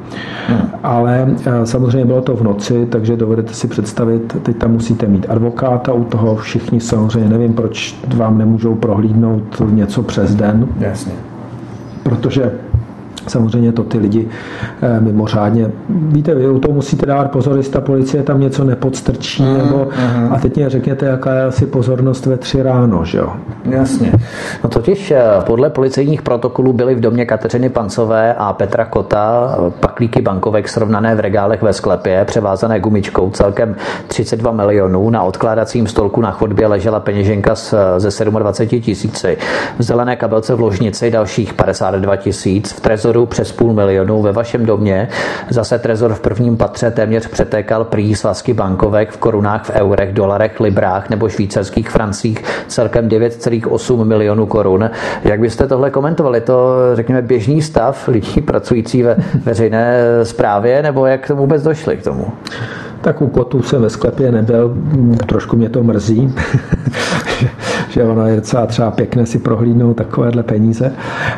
[SPEAKER 2] Ale samozřejmě bylo to v noci, takže dovedete si představit, teď tam musíte mít advokáta u toho, všichni samozřejmě, nevím, proč vám nemůžou prohlídnout něco přes den. Jasně. Protože samozřejmě to ty lidi mimořádně, víte, vy u toho musíte dávat pozor, jestli ta policie tam něco nepodstrčí, nebo, a teď mě řekněte, jaká je asi pozornost ve 3 ráno, že jo?
[SPEAKER 3] Jasně. No totiž podle policejních protokolů byly v domě Kateřiny Pancové a Petra Kota paklíky bankovek srovnané v regálech ve sklepě, převázané gumičkou, celkem 32 milionů. Na odkládacím stolku na chodbě ležela peněženka ze 27 tisíci. V zelené kabelce v ložnici dalších 52 tisíc. V trezoru přes 500 000, ve vašem domě zase trezor v prvním patře téměř přetékal prý svazky bankovek v korunách, v eurech, dolarech, librách nebo švýcarských francích, celkem 9,8 milionů korun. Jak byste tohle komentovali? To, řekněme, běžný stav lidí pracující ve veřejné správě, nebo jak tomu vůbec došli k tomu?
[SPEAKER 2] Tak u Kotů jsem ve sklepě nebyl, trošku mě to mrzí, že ono je docela třeba pěkné si prohlídnout takovéhle peníze,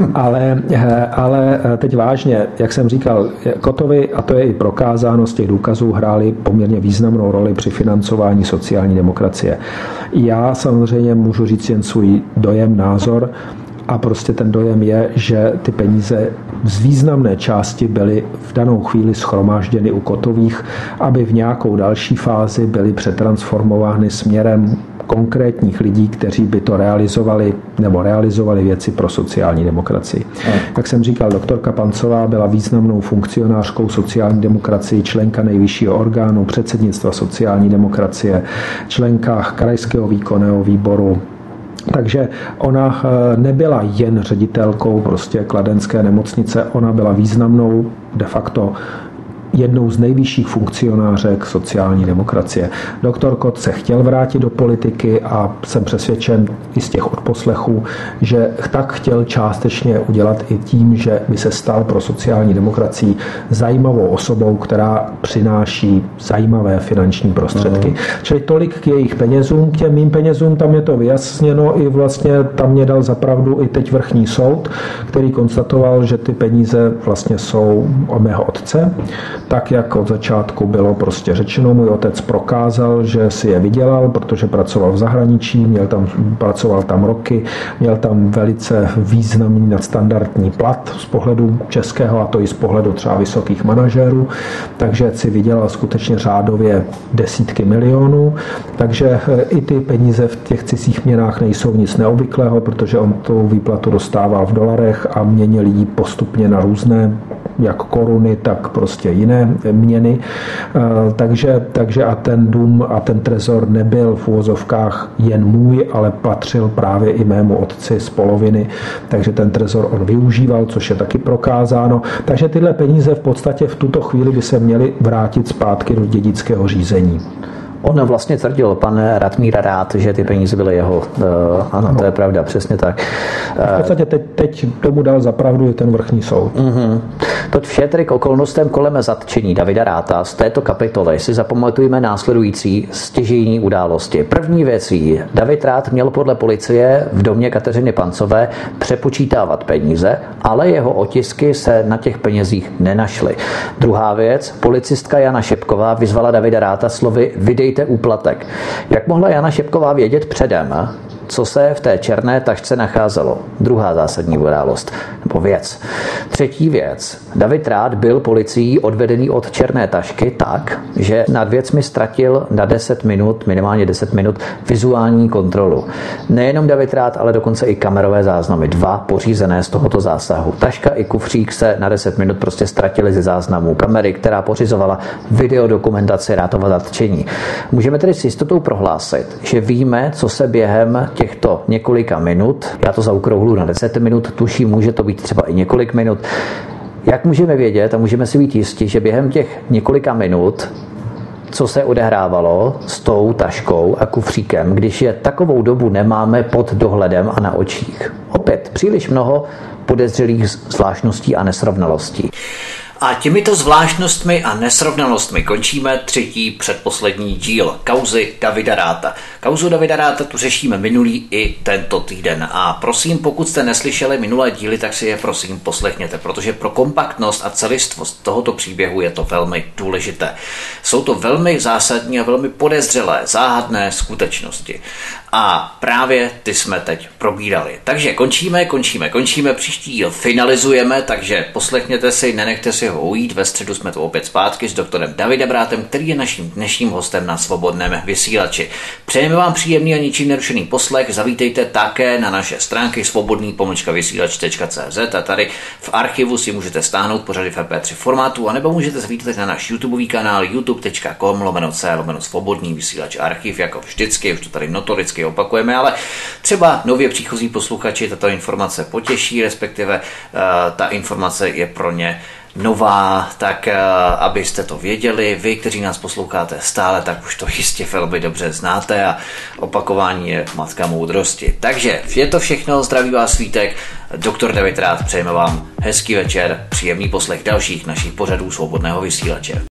[SPEAKER 2] ale teď vážně, jak jsem říkal, Kotovi, a to je i prokázáno z těch důkazů, hráli poměrně významnou roli při financování sociální demokracie. Já samozřejmě můžu říct jen svůj dojem, názor, a prostě ten dojem je, že ty peníze z významné části byly v danou chvíli shromážděny u Kotových, aby v nějakou další fázi byly přetransformovány směrem konkrétních lidí, kteří by to realizovali nebo realizovali věci pro sociální demokracii. Jak jsem říkal, doktorka Pancová byla významnou funkcionářkou sociální demokracie, členka nejvyššího orgánu předsednictva sociální demokracie, členka krajského výkonného výboru. Takže ona nebyla jen ředitelkou prostě kladenské nemocnice, ona byla významnou de facto jednou z nejvyšších funkcionářek sociální demokracie. Doktor Kot se chtěl vrátit do politiky a jsem přesvědčen i z těch odposlechů, že tak chtěl částečně udělat i tím, že by se stal pro sociální demokracii zajímavou osobou, která přináší zajímavé finanční prostředky. Čili tolik k jejich penězům, k těm mým penězům, tam je to vyjasněno i vlastně tam mě dal za pravdu i teď vrchní soud, který konstatoval, že ty peníze vlastně jsou od mého otce. Tak, jak od začátku bylo prostě řečeno, můj otec prokázal, že si je vydělal, protože pracoval v zahraničí, pracoval tam roky, měl tam velice významný nadstandardní plat z pohledu českého, a to i z pohledu třeba vysokých manažérů, takže si vydělal skutečně řádově desítky milionů, takže i ty peníze v těch cizích měnách nejsou nic neobvyklého, protože on tu výplatu dostává v dolarech a měnil ji postupně na různé jak koruny, tak prostě jiné měny. Takže a ten dům a ten trezor nebyl v uvozovkách jen můj, ale patřil právě i mému otci z poloviny, takže ten trezor on využíval, což je taky prokázáno. Takže tyhle peníze v podstatě v tuto chvíli by se měly vrátit zpátky do dědického řízení.
[SPEAKER 3] On vlastně tvrdil, pan Ratmír Rád, že ty peníze byly jeho. Ano, to je pravda, přesně tak.
[SPEAKER 2] V podstatě teď tomu dal za pravdu i ten vrchní soud.
[SPEAKER 3] To vše tedy k okolnostem kolem zatčení Davida Ratha. Z této kapitoly si zapamatujeme následující stěžejní události. První věcí, David Rath měl podle policie v domě Kateřiny Pancové přepočítávat peníze, ale jeho otisky se na těch penězích nenašly. Druhá věc, policistka Jana Šepková vyzvala Davida Ratha slovy vydejte úplatek. Jak mohla Jana Šepková vědět předem, co se v té černé tašce nacházelo? Druhá zásadní událost nebo věc. Třetí věc. David Rath byl policií odvedený od černé tašky tak, že nad věcmi ztratil na 10 minut, minimálně 10 minut, vizuální kontrolu. Nejenom David Rath, ale dokonce i kamerové záznamy. 2 pořízené z tohoto zásahu. Taška i kufřík se na 10 minut prostě ztratili ze záznamů kamery, která pořizovala videodokumentaci Rathova zatčení. Můžeme tedy s jistotou prohlásit, že víme, co se během těchto několika minut, já to zaokrouhlu na 10 minut, tuším, může to být třeba i několik minut. Jak můžeme vědět a můžeme si být jistí, že během těch několika minut, co se odehrávalo s tou taškou a kufříkem, když je takovou dobu nemáme pod dohledem a na očích? Opět příliš mnoho podezřelých zvláštností a nesrovnalostí.
[SPEAKER 1] A těmito zvláštnostmi a nesrovnalostmi končíme třetí předposlední díl kauzy Davida Ratha. Kauzu Davida Ratha tu řešíme minulý i tento týden. A prosím, pokud jste neslyšeli minulé díly, tak si je prosím poslechněte, protože pro kompaktnost a celistvost tohoto příběhu je to velmi důležité. Jsou to velmi zásadní a velmi podezřelé, záhadné skutečnosti. A právě ty jsme teď probírali. Takže končíme, příští díl finalizujeme, takže poslechněte si, nenechte si ho ujít. Ve středu jsme tu opět zpátky s doktorem Davidem Rathem, který je naším dnešním hostem na Svobodném vysílači. Přejeme vám příjemný a ničím nerušený poslech, zavítejte také na naše stránky svobodný-vysílač.cz a tady v archivu si můžete stáhnout pořady v MP3 formátu, anebo můžete zavítat na náš YouTubeový kanál youtube.com/svobodný vysílač archiv, jako vždycky, už to tady notoricky opakujeme, ale třeba nově příchozí posluchači tato informace potěší, respektive ta informace je pro ně nová, tak abyste to věděli, vy, kteří nás posloucháte stále, tak už to jistě velmi dobře znáte a opakování je matka moudrosti. Takže je to všechno, zdraví vás Vítek, doktor David Rath, přejeme vám hezký večer, příjemný poslech dalších našich pořadů Svobodného vysílače.